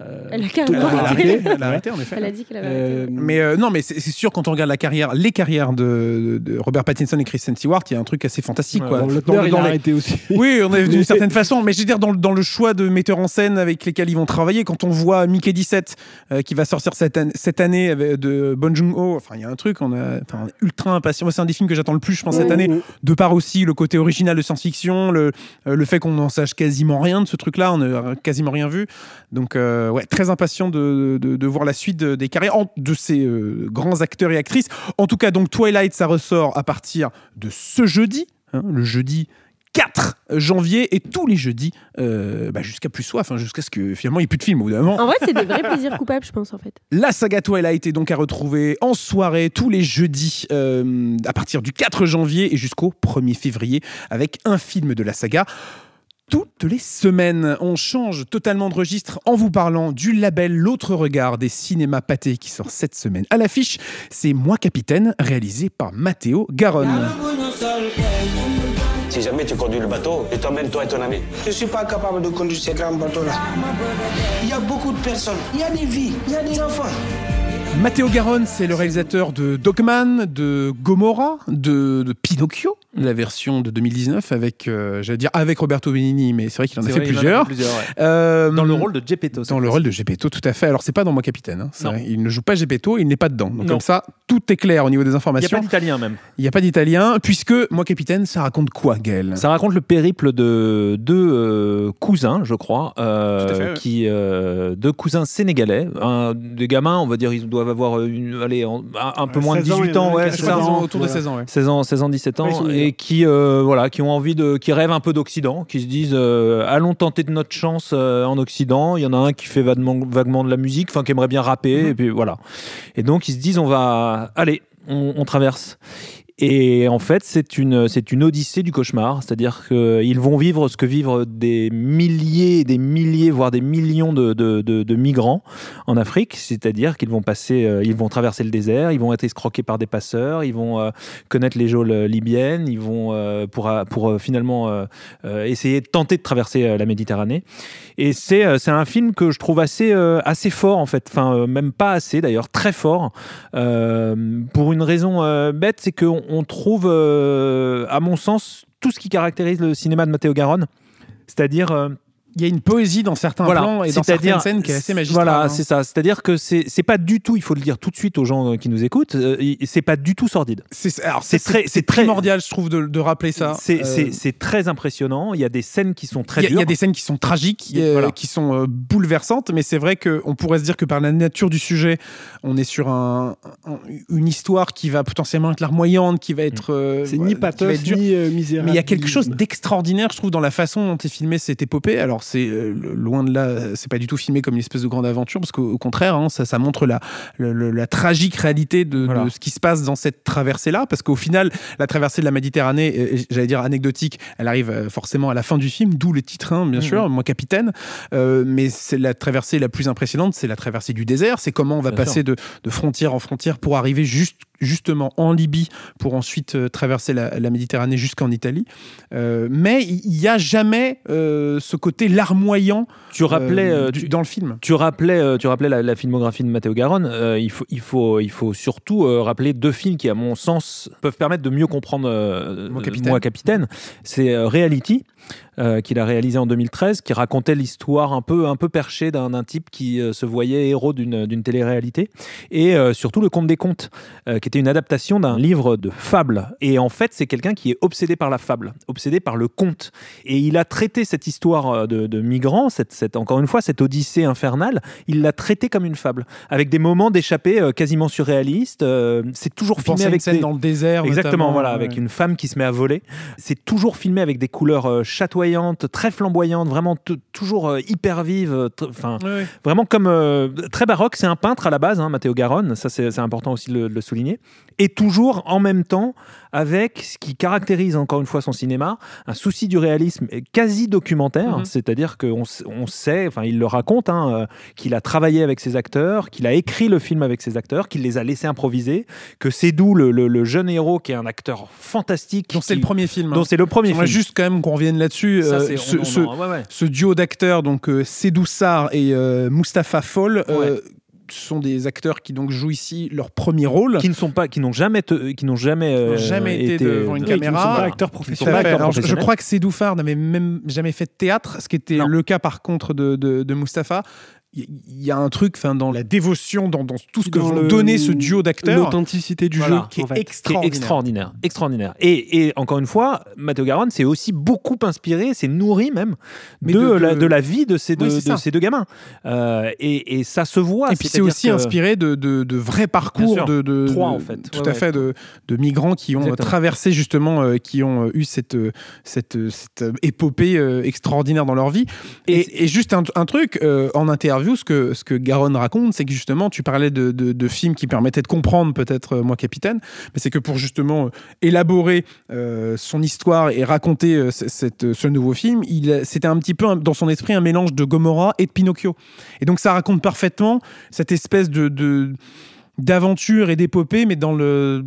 arrêté, en effet. Elle a dit qu'elle avait arrêté. Mais non, mais c'est sûr, quand on regarde les carrières de Robert Pattinson et Kristen Stewart, il y a un truc assez fantastique, quoi. Il a arrêté aussi. Oui, on est d'une certaine façon, mais je veux dire dans le choix de metteurs en scène avec lesquels ils vont travailler, quand on voit Mickey 17 qui va sortir cette année de Bong Joon-ho, enfin il y a un truc, on est ultra impatient. Moi, c'est un des films que j'attends le plus, je pense, cette année, de part aussi le côté original de science-fiction, le fait qu'on n'en sache quasiment rien de ce truc-là, on n'a quasiment rien vu. Donc, très impatient de voir la suite des carrières de ces grands acteurs et actrices. En tout cas, donc Twilight, ça ressort à partir de ce jeudi, le jeudi 4 janvier, et tous les jeudis jusqu'à plus soif, jusqu'à ce que finalement il n'y ait plus de film au bout d'un moment. En vrai, c'est des vrais plaisirs coupables, je pense, en fait. La saga Twilight est donc à retrouver en soirée tous les jeudis à partir du 4 janvier et jusqu'au 1er février avec un film de la saga. Toutes les semaines, on change totalement de registre en vous parlant du label L'Autre Regard des cinémas Pathé qui sort cette semaine. À l'affiche, c'est Moi Capitaine, réalisé par Matteo Garonne. Si jamais tu conduis le bateau, et t'emmènes toi et ton ami. Je ne suis pas capable de conduire ces grands bateaux-là. Il y a beaucoup de personnes, il y a des vies, il y a des enfants. Matteo Garonne, c'est le réalisateur de Dogman, de Gomorrah, de Pinocchio, la version de 2019 avec, avec Roberto Benigni, mais c'est vrai qu'il en a fait plusieurs. Dans le rôle de Geppetto. Dans le rôle de Geppetto, tout à fait. Alors, c'est pas dans Moi Capitaine. Hein, vrai. Il ne joue pas Geppetto, il n'est pas dedans. Donc, comme ça, tout est clair au niveau des informations. Il n'y a pas d'italien, même. Il n'y a pas d'italien, puisque Moi Capitaine, ça raconte quoi, Gaël ? Ça raconte le périple de deux cousins, je crois, deux cousins sénégalais. Des gamins, on va dire, ils doivent avoir un peu moins de 18 ans, autour de 16 ans, 16 ans, 17 ans, et qui ont envie qui rêvent un peu d'Occident, qui se disent allons tenter de notre chance en Occident. Il y en a un qui fait vaguement de la musique, qui aimerait bien rapper, et puis voilà. Et donc ils se disent on traverse. Et en fait, c'est une odyssée du cauchemar, c'est-à-dire qu'ils vont vivre ce que vivent des milliers, voire des millions de migrants en Afrique, c'est-à-dire qu'ils vont traverser le désert, ils vont être escroqués par des passeurs, ils vont connaître les geôles libyennes, ils vont pour finalement essayer de tenter de traverser la Méditerranée. Et c'est un film que je trouve assez fort en fait, même pas assez d'ailleurs, très fort, pour une raison bête, c'est qu'on trouve, à mon sens, tout ce qui caractérise le cinéma de Matteo Garonne, c'est-à-dire... il y a une poésie dans certains plans et dans certaines scènes qui est assez magistrale. Voilà, c'est ça. C'est-à-dire que c'est pas du tout, il faut le dire tout de suite aux gens qui nous écoutent, c'est pas du tout sordide. C'est primordial, je trouve, de rappeler ça. C'est très impressionnant. Il y a des scènes qui sont très dures. Il y a des scènes qui sont tragiques, qui sont bouleversantes, mais c'est vrai qu'on pourrait se dire que par la nature du sujet, on est sur une histoire qui va potentiellement être larmoyante, qui va être... c'est ni pathos, ni misérable. Mais il y a quelque chose d'extraordinaire, je trouve, dans la façon dont est filmée cette épopée. Alors, c'est loin de là, c'est pas du tout filmé comme une espèce de grande aventure, parce qu'au contraire, ça montre la tragique réalité de ce qui se passe dans cette traversée-là, parce qu'au final, la traversée de la Méditerranée, j'allais dire anecdotique, elle arrive forcément à la fin du film, d'où le titre, bien sûr, Moi Capitaine, mais c'est la traversée la plus impressionnante, c'est la traversée du désert, c'est comment on va passer de frontière en frontière pour arriver justement en Libye pour ensuite traverser la Méditerranée jusqu'en Italie. Mais il n'y a jamais ce côté larmoyant dans le film. Tu rappelais la filmographie de Matteo Garonne. Il faut surtout rappeler deux films qui, à mon sens, peuvent permettre de mieux comprendre Moi Capitaine. C'est Reality, qu'il a réalisé en 2013, qui racontait l'histoire un peu perchée d'un type qui se voyait héros d'une télé-réalité, et surtout Le Conte des Contes, qui était une adaptation d'un livre de fable. Et en fait, c'est quelqu'un qui est obsédé par la fable, obsédé par le conte. Et il a traité cette histoire de migrants, encore une fois, cette odyssée infernale, il l'a traité comme une fable, avec des moments d'échappée quasiment surréalistes. C'est toujours filmé avec une scène dans le désert. Exactement, voilà, avec une femme qui se met à voler. C'est toujours filmé avec des couleurs chatoyantes, très flamboyantes, vraiment toujours hyper vives, vraiment comme très baroque. C'est un peintre à la base, Matteo Garonne, ça c'est important aussi de le souligner, et toujours en même temps avec ce qui caractérise encore une fois son cinéma, un souci du réalisme quasi documentaire, c'est-à-dire qu'on sait, il le raconte, qu'il a travaillé avec ses acteurs, qu'il a écrit le film avec ses acteurs, qu'il les a laissés improviser, que Sédou, le jeune héros, qui est un acteur fantastique, dont c'est le premier film. J'aimerais juste quand même qu'on revienne là-dessus. Ce duo d'acteurs, donc Sédou Sarr et Mustapha Fall, sont des acteurs qui donc jouent ici leur premier rôle, qui n'ont jamais été devant une caméra, qui ne sont pas acteurs professionnels. Je crois que Sédou Sarr n'avait même jamais fait de théâtre, ce qui était le cas par contre de Mustapha. Il y a un truc dans la dévotion, dans tout ce que vont donner ce duo d'acteurs, l'authenticité du jeu qui est extraordinaire. Et encore une fois, Matteo Garonne s'est aussi beaucoup inspiré, s'est nourri même de la vie de ces deux gamins, et ça se voit. Et puis c'est aussi inspiré de vrais parcours de migrants qui ont traversé justement, qui ont eu cette épopée extraordinaire dans leur vie. Et juste un truc, en interview, interview, ce que Garonne raconte, c'est que justement, tu parlais de films qui permettaient de comprendre peut-être Moi Capitaine, mais c'est que pour justement élaborer son histoire et raconter ce nouveau film, c'était un petit peu dans son esprit un mélange de Gomorrah et de Pinocchio. Et donc ça raconte parfaitement cette espèce d'aventure et d'épopée, mais dans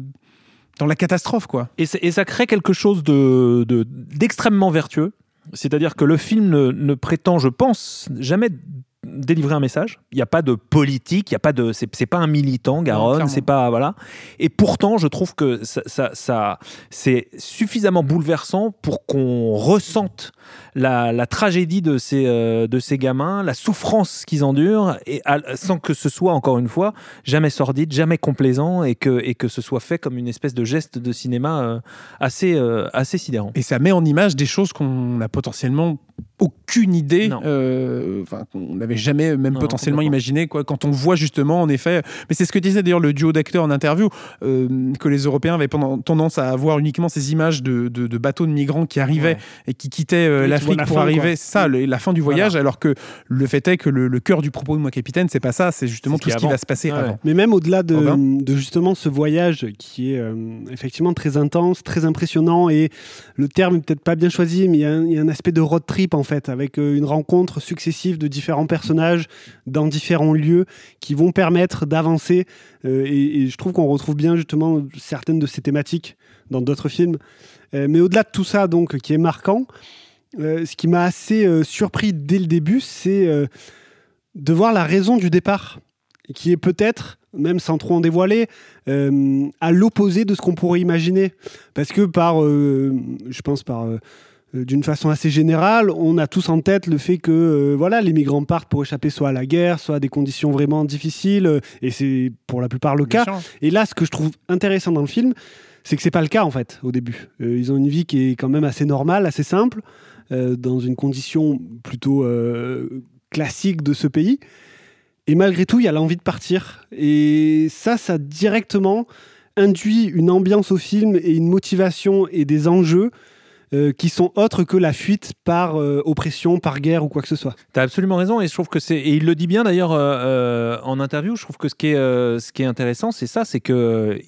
la catastrophe, quoi. Et ça crée quelque chose d'extrêmement vertueux. C'est-à-dire que le film ne prétend, je pense, jamais délivrer un message. Il n'y a pas de politique, c'est pas un militant, Garonne, c'est pas voilà. Et pourtant, je trouve que ça c'est suffisamment bouleversant pour qu'on ressente la tragédie de ces gamins, la souffrance qu'ils endurent, et sans que ce soit, encore une fois, jamais sordide, jamais complaisant, et que ce soit fait comme une espèce de geste de cinéma assez sidérant. Et ça met en image des choses qu'on n'a potentiellement aucune idée, qu'on n'avait jamais potentiellement imaginé, quoi, quand on voit justement, en effet, mais c'est ce que disait d'ailleurs le duo d'acteurs en interview, que les Européens avaient tendance à avoir uniquement ces images de bateaux de migrants qui arrivaient et qui quittaient l'Afrique pour arriver, c'est ça, la fin du voyage, alors que le fait est que le cœur du propos de Moi Capitaine, c'est pas ça, c'est justement tout ce qui va se passer avant. Mais même au-delà de justement ce voyage qui est effectivement très intense, très impressionnant, et le terme est peut-être pas bien choisi, mais il y a un aspect de road trip en fait, avec une rencontre successive de différents personnages dans différents lieux qui vont permettre d'avancer, et je trouve qu'on retrouve bien justement certaines de ces thématiques dans d'autres films. Mais au-delà de tout ça, donc, qui est marquant, ce qui m'a assez surpris dès le début, c'est de voir la raison du départ, qui est peut-être, même sans trop en dévoiler, à l'opposé de ce qu'on pourrait imaginer. Parce que je pense d'une façon assez générale, on a tous en tête le fait que les migrants partent pour échapper soit à la guerre, soit à des conditions vraiment difficiles, et c'est pour la plupart le cas. Et là, ce que je trouve intéressant dans le film, c'est que c'est pas le cas en fait au début. Ils ont une vie qui est quand même assez normale, assez simple, dans une condition plutôt classique de ce pays. Et malgré tout, il y a l'envie de partir. Et ça directement induit une ambiance au film et une motivation et des enjeux qui sont autres que la fuite par oppression, par guerre ou quoi que ce soit. T'as absolument raison, et je trouve que et il le dit bien d'ailleurs en interview. Je trouve que ce qui est intéressant, c'est ça, c'est que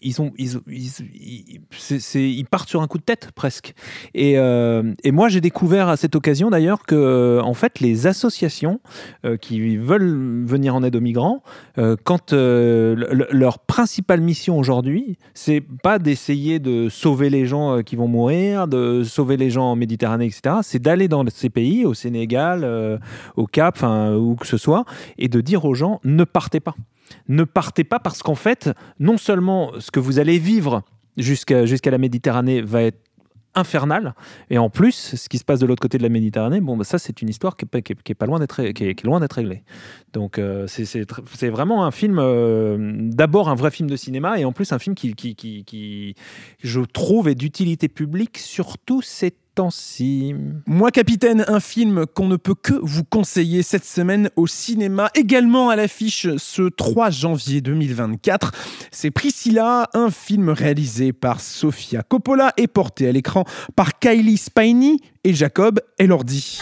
ils partent sur un coup de tête presque. Et moi, j'ai découvert à cette occasion d'ailleurs que en fait, les associations qui veulent venir en aide aux migrants, quand leur principale mission aujourd'hui, c'est pas d'essayer de sauver les gens qui vont mourir, de sauver les gens en Méditerranée, etc. C'est d'aller dans ces pays, au Sénégal, au Cap, où que ce soit, et de dire aux gens, ne partez pas. Ne partez pas, parce qu'en fait, non seulement ce que vous allez vivre jusqu'à la Méditerranée va être infernal, et en plus, ce qui se passe de l'autre côté de la Méditerranée, ça c'est une histoire qui est loin d'être réglée. Donc c'est vraiment un film, d'abord un vrai film de cinéma, et en plus un film qui je trouve est d'utilité publique, surtout ces temps-ci. Moi Capitaine, un film qu'on ne peut que vous conseiller cette semaine au cinéma, également à l'affiche ce 3 janvier 2024. C'est Priscilla, un film réalisé par Sofia Coppola et porté à l'écran par Kylie Spiney et Jacob Elordi.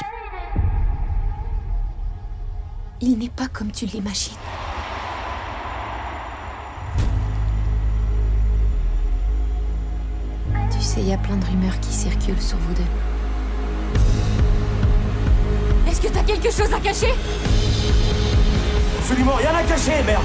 Il n'est pas comme tu l'imagines. Tu sais, il y a plein de rumeurs qui circulent sur vous deux. Est-ce que t'as quelque chose à cacher? Absolument rien à cacher, merde!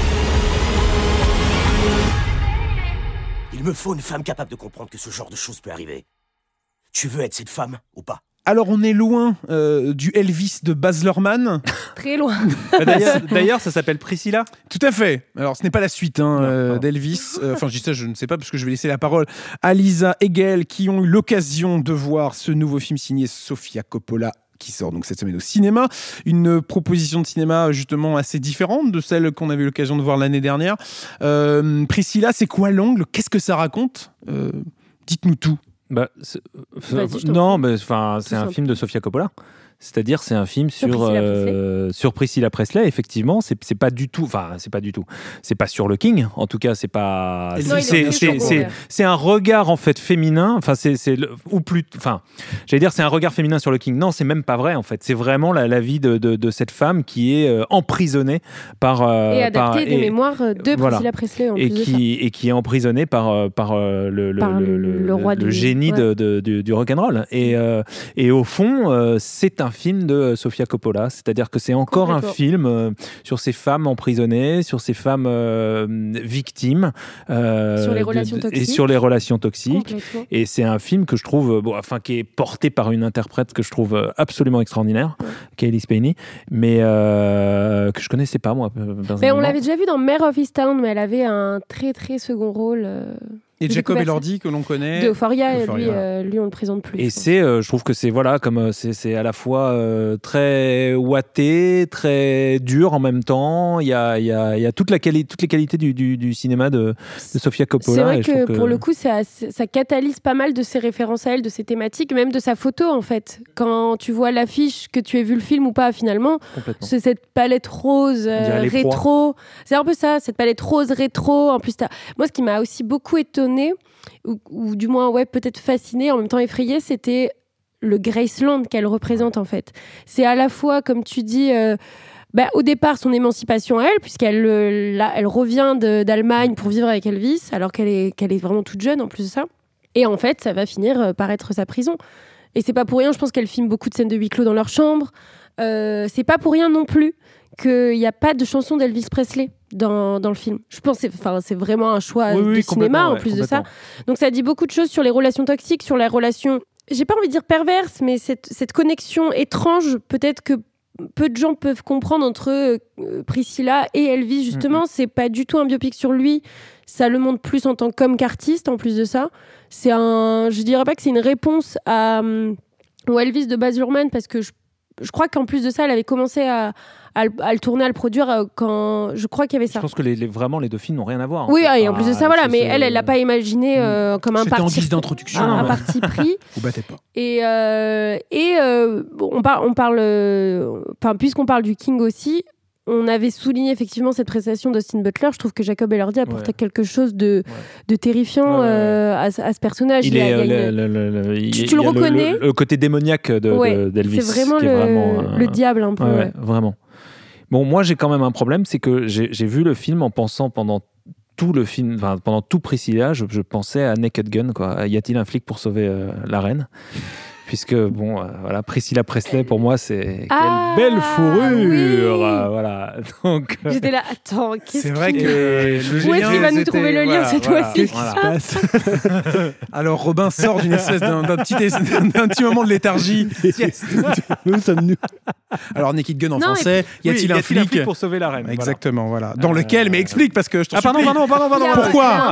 Il me faut une femme capable de comprendre que ce genre de choses peut arriver. Tu veux être cette femme ou pas? Alors, on est loin du Elvis de Baz Luhrmann. Très loin. D'ailleurs, ça s'appelle Priscilla. Tout à fait. Alors, ce n'est pas la suite d'Elvis. Enfin, je dis ça, je ne sais pas, parce que je vais laisser la parole à Lisa Hegel, qui ont eu l'occasion de voir ce nouveau film signé Sofia Coppola, qui sort donc cette semaine au cinéma. Une proposition de cinéma justement assez différente de celle qu'on avait eu l'occasion de voir l'année dernière. Priscilla, c'est quoi l'angle? Qu'est-ce que ça raconte? Dites-nous tout. C'est un film de Sofia Coppola. C'est-à-dire, c'est un film sur Priscilla Presley. Effectivement, c'est pas du tout. C'est pas sur le King. En tout cas, c'est pas. C'est un regard en fait féminin. Enfin, j'allais dire, c'est un regard féminin sur le King. Non, c'est même pas vrai en fait. C'est vraiment la vie de cette femme qui est emprisonnée par et adaptée des mémoires de Priscilla Presley en et qui est emprisonnée par le génie du rock'n'roll. Et au fond, c'est un film de Sofia Coppola, c'est-à-dire que c'est encore un film sur ces femmes emprisonnées, sur ces femmes victimes, sur les relations toxiques. Et sur les relations toxiques. Et c'est un film que je trouve, qui est porté par une interprète que je trouve absolument extraordinaire, Cailee Spaeny, mais que je connaissais pas moi. Mais on l'avait déjà vu dans Mare of Easttown, mais elle avait un très très second rôle. Et Jacob Elordi que l'on connaît de Euphoria, lui on le présente plus. Et je trouve que c'est c'est à la fois très ouaté, très dur en même temps. Il y a toutes les qualités du cinéma de Sofia Coppola. C'est vrai que pour le coup ça catalyse pas mal de ses références à elle, de ses thématiques, même de sa photo en fait. Quand tu vois l'affiche, que tu aies vu le film ou pas finalement, c'est cette palette rose rétro. C'est un peu ça, cette palette rose rétro. En plus, moi ce qui m'a aussi beaucoup étonnée, ou du moins peut-être fascinée, en même temps effrayée, c'était le Graceland qu'elle représente en fait. C'est à la fois, comme tu dis, au départ son émancipation à elle, puisqu'elle elle revient d'Allemagne pour vivre avec Elvis, alors qu'elle est vraiment toute jeune en plus de ça. Et en fait, ça va finir par être sa prison. Et c'est pas pour rien, je pense qu'elle filme beaucoup de scènes de huis clos dans leur chambre. C'est pas pour rien non plus qu'il n'y a pas de chanson d'Elvis Presley dans le film. Je pense que c'est vraiment un choix de cinéma en plus de ça. Donc ça dit beaucoup de choses sur les relations toxiques, sur la relation, j'ai pas envie de dire perverse, mais cette connexion étrange, peut-être que peu de gens peuvent comprendre entre Priscilla et Elvis, justement. C'est pas du tout un biopic sur lui, ça le montre plus en tant qu'artiste en plus de ça. Je dirais pas que c'est une réponse au Elvis de Baz Luhrmann, parce que je crois qu'en plus de ça, elle avait commencé à le tourner, à le produire quand je crois qu'il y avait ça. Je pense que vraiment les deux films n'ont rien à voir. Oui, et en plus de ça, mais elle l'a pas imaginé comme un parti. C'était en guise d'introduction. Un parti pris. Vous battez pas. Puisqu'on parle du King aussi, on avait souligné effectivement cette prestation d'Austin Butler. Je trouve que Jacob Elordi apportait quelque chose de terrifiant à ce personnage. Tu le reconnais. Le côté démoniaque d'Elvis. C'est vraiment le diable un peu. Vraiment. Bon, moi j'ai quand même un problème, c'est que j'ai vu le film en pensant pendant tout Priscilla, je pensais à Naked Gun, quoi. Y a-t-il un flic pour sauver la reine ? Puisque Priscilla Presley pour moi c'est quelle belle fourrure, voilà. Donc j'étais là, attends, c'est vrai que où est-ce qu'il va nous trouver le lien cette fois-ci ? Qu'est-ce qui se passe ? Alors Robin sort d'une espèce d'un petit moment de léthargie. Nous sommes nus. Alors Naked Gun en français, y a-t-il un flic pour sauver la reine ? Exactement, voilà. Dans lequel, mais explique parce que je te pardon. Pourquoi ?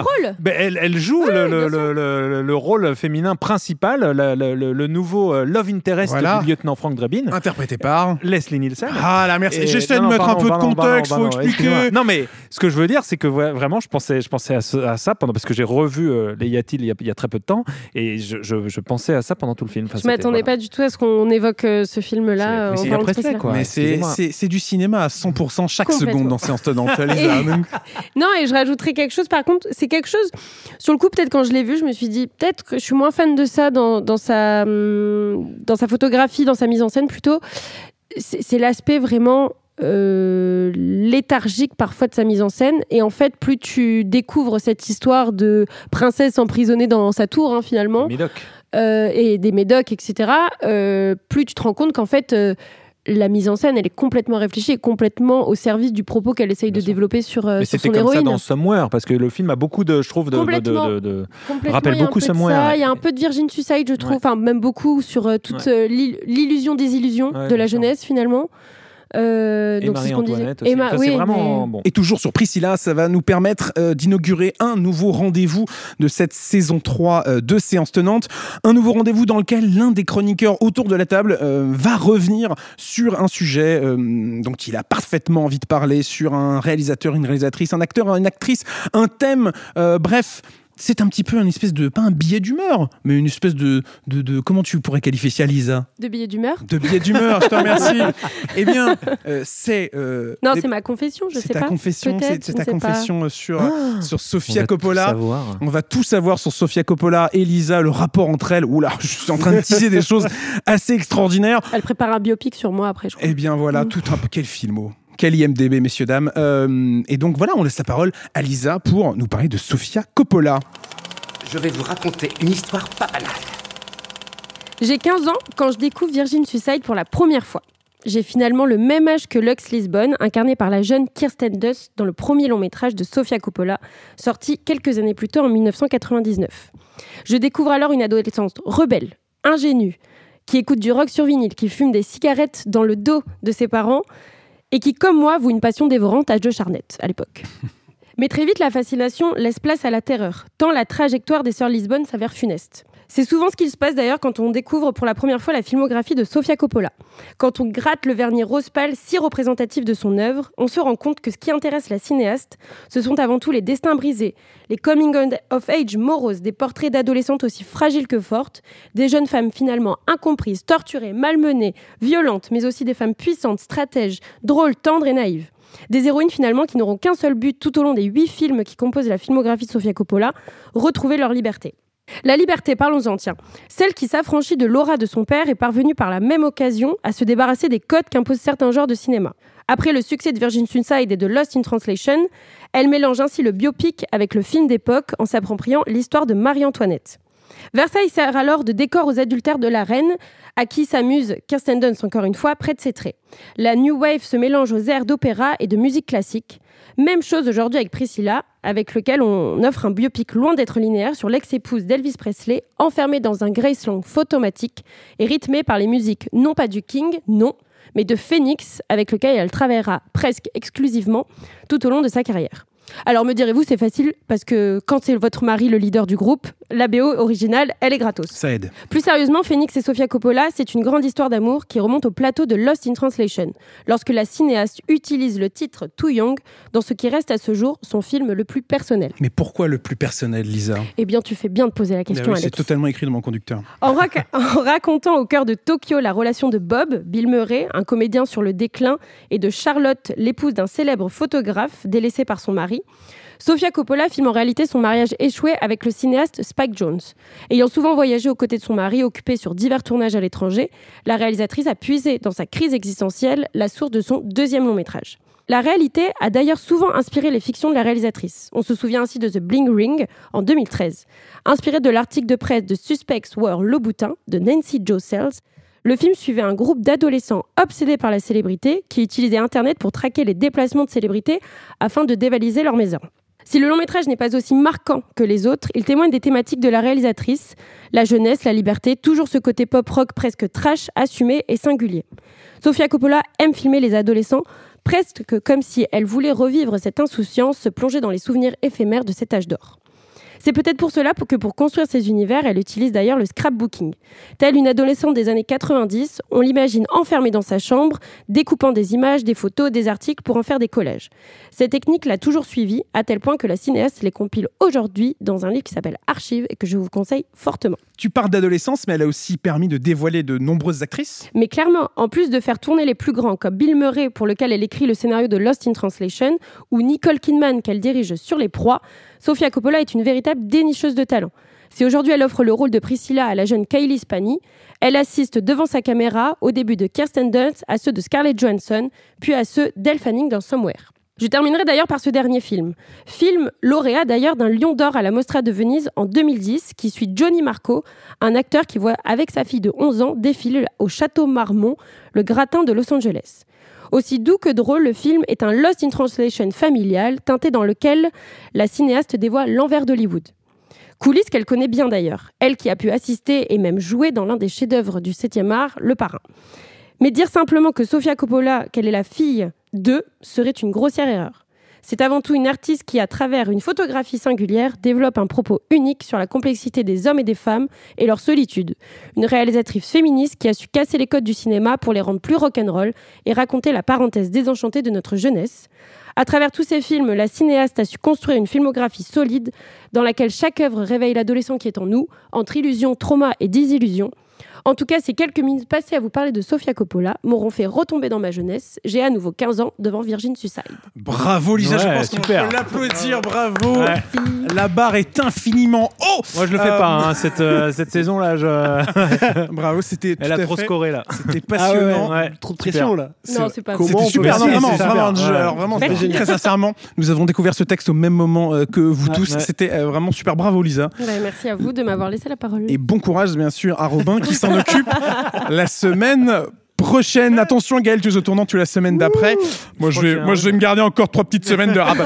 Elle joue le rôle féminin principal, le nouveau love interest du lieutenant Frank Drebin, interprété par Leslie Nielsen. Ah là, merci. J'essaie de mettre un peu de contexte, faut expliquer. Non, mais ce que je veux dire, c'est que vraiment, je pensais à ça parce que j'ai revu les Y-a-t-il il y a très peu de temps, et je pensais à ça pendant tout le film. Je m'attendais pas du tout à ce qu'on évoque ce film-là. C'est Presley, quoi. Mais c'est du cinéma à 100% chaque seconde dans Séance Tenante. Non, et je rajouterais quelque chose. Par contre, c'est quelque chose. Sur le coup, peut-être quand je l'ai vu, je me suis dit peut-être que je suis moins fan de ça dans sa photographie, dans sa mise en scène plutôt. C'est l'aspect vraiment léthargique parfois de sa mise en scène, et en fait plus tu découvres cette histoire de princesse emprisonnée dans sa tour finalement, et des médocs, etc., plus tu te rends compte qu'en fait la mise en scène, elle est complètement réfléchie et complètement au service du propos qu'elle essaye de développer sur son héroïne. C'était comme ça dans Somewhere, parce que le film a beaucoup de, je trouve, rappelle beaucoup Somewhere. Il y a un peu de Virgin Suicide, je trouve, même beaucoup sur toute l'illusion des illusions de la jeunesse finalement. Et Marie-Antoinette aussi. C'est vraiment bon. Et toujours sur Priscilla, ça va nous permettre d'inaugurer un nouveau rendez-vous de cette saison 3 de Séance Tenante. Un nouveau rendez-vous dans lequel l'un des chroniqueurs autour de la table va revenir sur un sujet dont il a parfaitement envie de parler, sur un réalisateur, une réalisatrice, un acteur, une actrice, un thème, bref... c'est un petit peu une espèce de, pas un billet d'humeur, mais une espèce de comment tu pourrais qualifier ça, Lisa ? De billet d'humeur ? De billet d'humeur, je te remercie. Eh bien, c'est... non, c'est ma confession, je sais pas. C'est ta confession sur Sofia Coppola. On va tout savoir sur Sofia Coppola et Lisa, le rapport entre elles. Oula, je suis en train de teaser des choses assez extraordinaires. Elle prépare un biopic sur moi après, je crois. Eh bien voilà, tout un peu... Quel film, quel IMDb, messieurs, dames. Et donc voilà, on laisse la parole à Lisa pour nous parler de Sofia Coppola. Je vais vous raconter une histoire pas banale. J'ai 15 ans quand je découvre Virgin Suicide pour la première fois. J'ai finalement le même âge que Lux Lisbonne, incarné par la jeune Kirsten Dunst dans le premier long métrage de Sofia Coppola, sorti quelques années plus tôt en 1999. Je découvre alors une adolescente rebelle, ingénue, qui écoute du rock sur vinyle, qui fume des cigarettes dans le dos de ses parents et qui, comme moi, voue une passion dévorante à Josh Hartnett à l'époque. Mais très vite, la fascination laisse place à la terreur, tant la trajectoire des sœurs Lisbonne s'avère funeste. C'est souvent ce qu'il se passe d'ailleurs quand on découvre pour la première fois la filmographie de Sofia Coppola. Quand on gratte le vernis rose pâle si représentatif de son œuvre, on se rend compte que ce qui intéresse la cinéaste, ce sont avant tout les destins brisés, les coming of age moroses, des portraits d'adolescentes aussi fragiles que fortes, des jeunes femmes finalement incomprises, torturées, malmenées, violentes, mais aussi des femmes puissantes, stratèges, drôles, tendres et naïves. Des héroïnes finalement qui n'auront qu'un seul but tout au long des 8 films qui composent la filmographie de Sofia Coppola, retrouver leur liberté. La liberté, parlons-en, tiens. Celle qui s'affranchit de l'aura de son père est parvenue par la même occasion à se débarrasser des codes qu'imposent certains genres de cinéma. Après le succès de Virgin Suicide et de Lost in Translation, elle mélange ainsi le biopic avec le film d'époque en s'appropriant l'histoire de Marie-Antoinette. Versailles sert alors de décor aux adultères de la reine, à qui s'amuse Kirsten Dunst encore une fois près de ses traits. La New Wave se mélange aux airs d'opéra et de musique classique. Même chose aujourd'hui avec Priscilla, avec lequel on offre un biopic loin d'être linéaire sur l'ex-épouse d'Elvis Presley, enfermée dans un Graceland photomatique et rythmé par les musiques non pas du King, non, mais de Phoenix, avec lequel elle travaillera presque exclusivement tout au long de sa carrière. Alors me direz-vous, c'est facile, parce que quand c'est votre mari le leader du groupe, la BO originale, elle est gratos. Ça aide. Plus sérieusement, Phoenix et Sofia Coppola, c'est une grande histoire d'amour qui remonte au plateau de Lost in Translation, lorsque la cinéaste utilise le titre Too Young dans ce qui reste à ce jour son film le plus personnel. Mais pourquoi le plus personnel, Lisa ? Eh bien, tu fais bien de poser la question, oui, Alex. C'est totalement écrit dans mon conducteur. En racontant au cœur de Tokyo la relation de Bob, Bill Murray, un comédien sur le déclin, et de Charlotte, l'épouse d'un célèbre photographe délaissé par son mari, Sofia Coppola filme en réalité son mariage échoué avec le cinéaste Spike Jonze. Ayant souvent voyagé aux côtés de son mari, occupé sur divers tournages à l'étranger, la réalisatrice a puisé dans sa crise existentielle la source de son deuxième long métrage. La réalité a d'ailleurs souvent inspiré les fictions de la réalisatrice. On se souvient ainsi de The Bling Ring en 2013. Inspiré de l'article de presse de Suspects Were Louboutin de Nancy Jo Sells, le film suivait un groupe d'adolescents obsédés par la célébrité qui utilisaient Internet pour traquer les déplacements de célébrités afin de dévaliser leur maison. Si le long-métrage n'est pas aussi marquant que les autres, il témoigne des thématiques de la réalisatrice, la jeunesse, la liberté, toujours ce côté pop-rock presque trash, assumé et singulier. Sofia Coppola aime filmer les adolescents, presque comme si elle voulait revivre cette insouciance, se plonger dans les souvenirs éphémères de cet âge d'or. C'est peut-être pour cela que pour construire ces univers, elle utilise d'ailleurs le scrapbooking. Telle une adolescente des années 90, on l'imagine enfermée dans sa chambre, découpant des images, des photos, des articles pour en faire des collages. Cette technique l'a toujours suivie, à tel point que la cinéaste les compile aujourd'hui dans un livre qui s'appelle Archives et que je vous conseille fortement. Tu parles d'adolescence, mais elle a aussi permis de dévoiler de nombreuses actrices. Mais clairement, en plus de faire tourner les plus grands, comme Bill Murray, pour lequel elle écrit le scénario de Lost in Translation, ou Nicole Kidman, qu'elle dirige sur Les Proies, Sofia Coppola est une véritable dénicheuse de talent. Si aujourd'hui elle offre le rôle de Priscilla à la jeune Kylie Spani, elle assiste devant sa caméra au début de Kirsten Dunst, à ceux de Scarlett Johansson, puis à ceux d'Elle Fanning dans Somewhere. Je terminerai d'ailleurs par ce dernier film. Film lauréat d'ailleurs d'un Lion d'Or à la Mostra de Venise en 2010, qui suit Johnny Marco, un acteur qui voit avec sa fille de 11 ans défiler au Château Marmont, le gratin de Los Angeles. Aussi doux que drôle, le film est un Lost in Translation familial, teinté dans lequel la cinéaste dévoile l'envers d'Hollywood. Coulisses qu'elle connaît bien d'ailleurs, elle qui a pu assister et même jouer dans l'un des chefs-d'œuvre du 7e art, Le Parrain. Mais dire simplement que Sofia Coppola, qu'elle est la fille d'eux, serait une grossière erreur. C'est avant tout une artiste qui, à travers une photographie singulière, développe un propos unique sur la complexité des hommes et des femmes et leur solitude. Une réalisatrice féministe qui a su casser les codes du cinéma pour les rendre plus rock'n'roll et raconter la parenthèse désenchantée de notre jeunesse. À travers tous ces films, la cinéaste a su construire une filmographie solide dans laquelle chaque œuvre réveille l'adolescent qui est en nous, entre illusion, trauma et désillusion. En tout cas, ces quelques minutes passées à vous parler de Sofia Coppola m'auront fait retomber dans ma jeunesse. J'ai à nouveau 15 ans devant Virgin Suicide. Bravo Lisa, je pense qu'on peut l'applaudir, bravo. Ouais. La barre est infiniment haut. Moi je le fais pas, cette saison-là. Bravo, c'était Elle a trop scoré là. C'était passionnant. Trop de pression là. Non, c'est pas C'était super. Vraiment, très sincèrement, nous avons découvert ce texte au même moment que vous tous. C'était vraiment super. Bravo Lisa. Merci à vous de m'avoir laissé la parole. Et bon courage bien sûr à Robin qui s'en occupe la semaine prochaine. Attention Gaël, tu es au tournant, tu es la semaine d'après. Moi je vais me garder encore 3 petites semaines de rabat.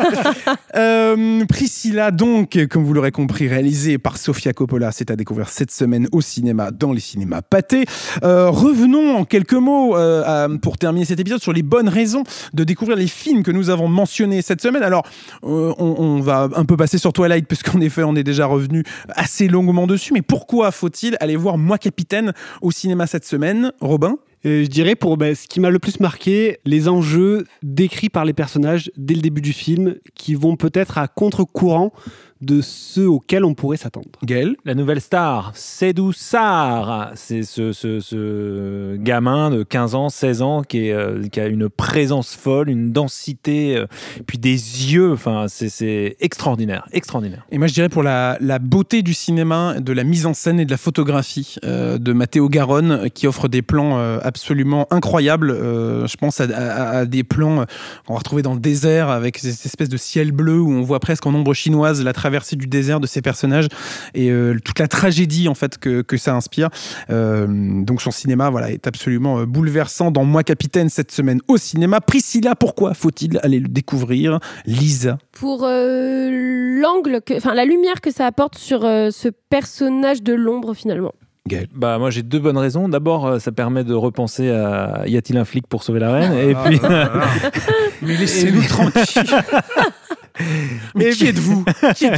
Priscilla, donc, comme vous l'aurez compris, réalisée par Sofia Coppola, c'est à découvrir cette semaine au cinéma, dans les cinémas Pathé. Revenons en quelques mots pour terminer cet épisode sur les bonnes raisons de découvrir les films que nous avons mentionnés cette semaine. Alors, on va un peu passer sur Twilight, puisqu'en effet, on est déjà revenu assez longuement dessus. Mais pourquoi faut-il aller voir Moi Capitaine au cinéma cette semaine, Robin ? Je dirais pour ce qui m'a le plus marqué, les enjeux décrits par les personnages dès le début du film, qui vont peut-être à contre-courant de ceux auxquels on pourrait s'attendre. Gaël ? La nouvelle star, Seydou Sarr. C'est ce gamin de 15 ans, 16 ans qui a une présence folle, une densité, puis des yeux. Enfin, c'est extraordinaire. Et moi, je dirais pour la beauté du cinéma, de la mise en scène et de la photographie de Matteo Garonne, qui offre des plans absolument incroyables. Je pense à des plans qu'on va retrouver dans le désert avec cette espèce de ciel bleu où on voit presque en ombre chinoise la traversée du désert de ces personnages et toute la tragédie en fait que ça inspire. Donc son cinéma est absolument bouleversant. Dans Moi Capitaine cette semaine au cinéma. Priscilla, pourquoi faut-il aller le découvrir ? Lisa ? Pour l'angle, la lumière que ça apporte sur ce personnage de l'ombre finalement. Gaël. Moi j'ai 2 bonnes raisons. D'abord, ça permet de repenser à y a-t-il un flic pour sauver la reine ? Et puis mais laissez-nous tranquilles. Mais qui êtes-vous d'ailleurs ?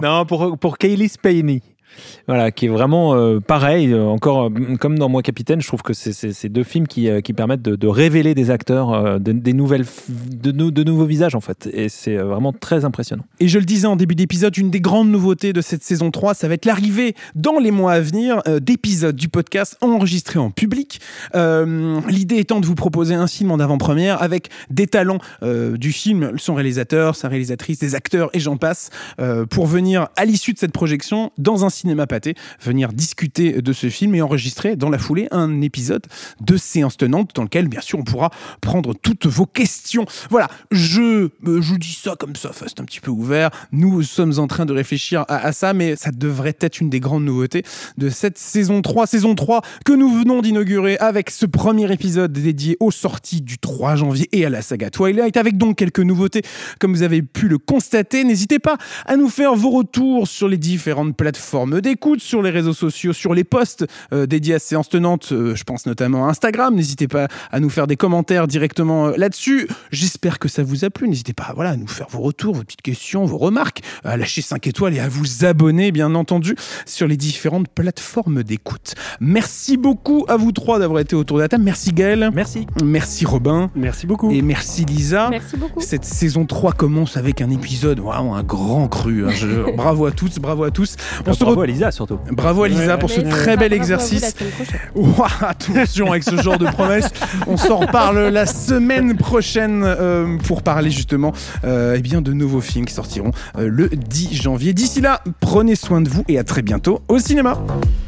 Non, pour Kaylee Spaeny. Voilà, qui est vraiment pareil, encore comme dans Moi Capitaine, je trouve que c'est 2 films qui permettent de révéler des acteurs, de nouveaux visages en fait, et c'est vraiment très impressionnant. Et je le disais en début d'épisode, une des grandes nouveautés de cette saison 3, ça va être l'arrivée dans les mois à venir d'épisodes du podcast enregistrés en public. L'idée étant de vous proposer un film en avant-première avec des talents du film, son réalisateur, sa réalisatrice, des acteurs et j'en passe, pour venir à l'issue de cette projection dans un cinéma Pathé, venir discuter de ce film et enregistrer dans la foulée un épisode de Séance Tenante dans lequel, bien sûr, on pourra prendre toutes vos questions. Voilà, je dis ça comme ça, c'est un petit peu ouvert. Nous sommes en train de réfléchir à ça, mais ça devrait être une des grandes nouveautés de cette saison 3 que nous venons d'inaugurer avec ce premier épisode dédié aux sorties du 3 janvier et à la saga Twilight, avec donc quelques nouveautés, comme vous avez pu le constater. N'hésitez pas à nous faire vos retours sur les différentes plateformes d'écoute, sur les réseaux sociaux, sur les posts dédiés à Séance Tenante, je pense notamment à Instagram. N'hésitez pas à nous faire des commentaires directement là-dessus. J'espère que ça vous a plu. N'hésitez pas à nous faire vos retours, vos petites questions, vos remarques, à lâcher 5 étoiles et à vous abonner, bien entendu, sur les différentes plateformes d'écoute. Merci beaucoup à vous 3 d'avoir été autour de la table. Merci Gaël. Merci Robin. Merci beaucoup. Et merci Lisa. Merci beaucoup. Cette saison 3 commence avec un épisode, vraiment un grand cru. Bravo à toutes, bravo à tous. Bravo à Lisa surtout. Bravo à Lisa pour ce très bel exercice. Attention avec ce genre de promesses. On s'en reparle la semaine prochaine pour parler justement de nouveaux films qui sortiront le 10 janvier. D'ici là, prenez soin de vous et à très bientôt au cinéma.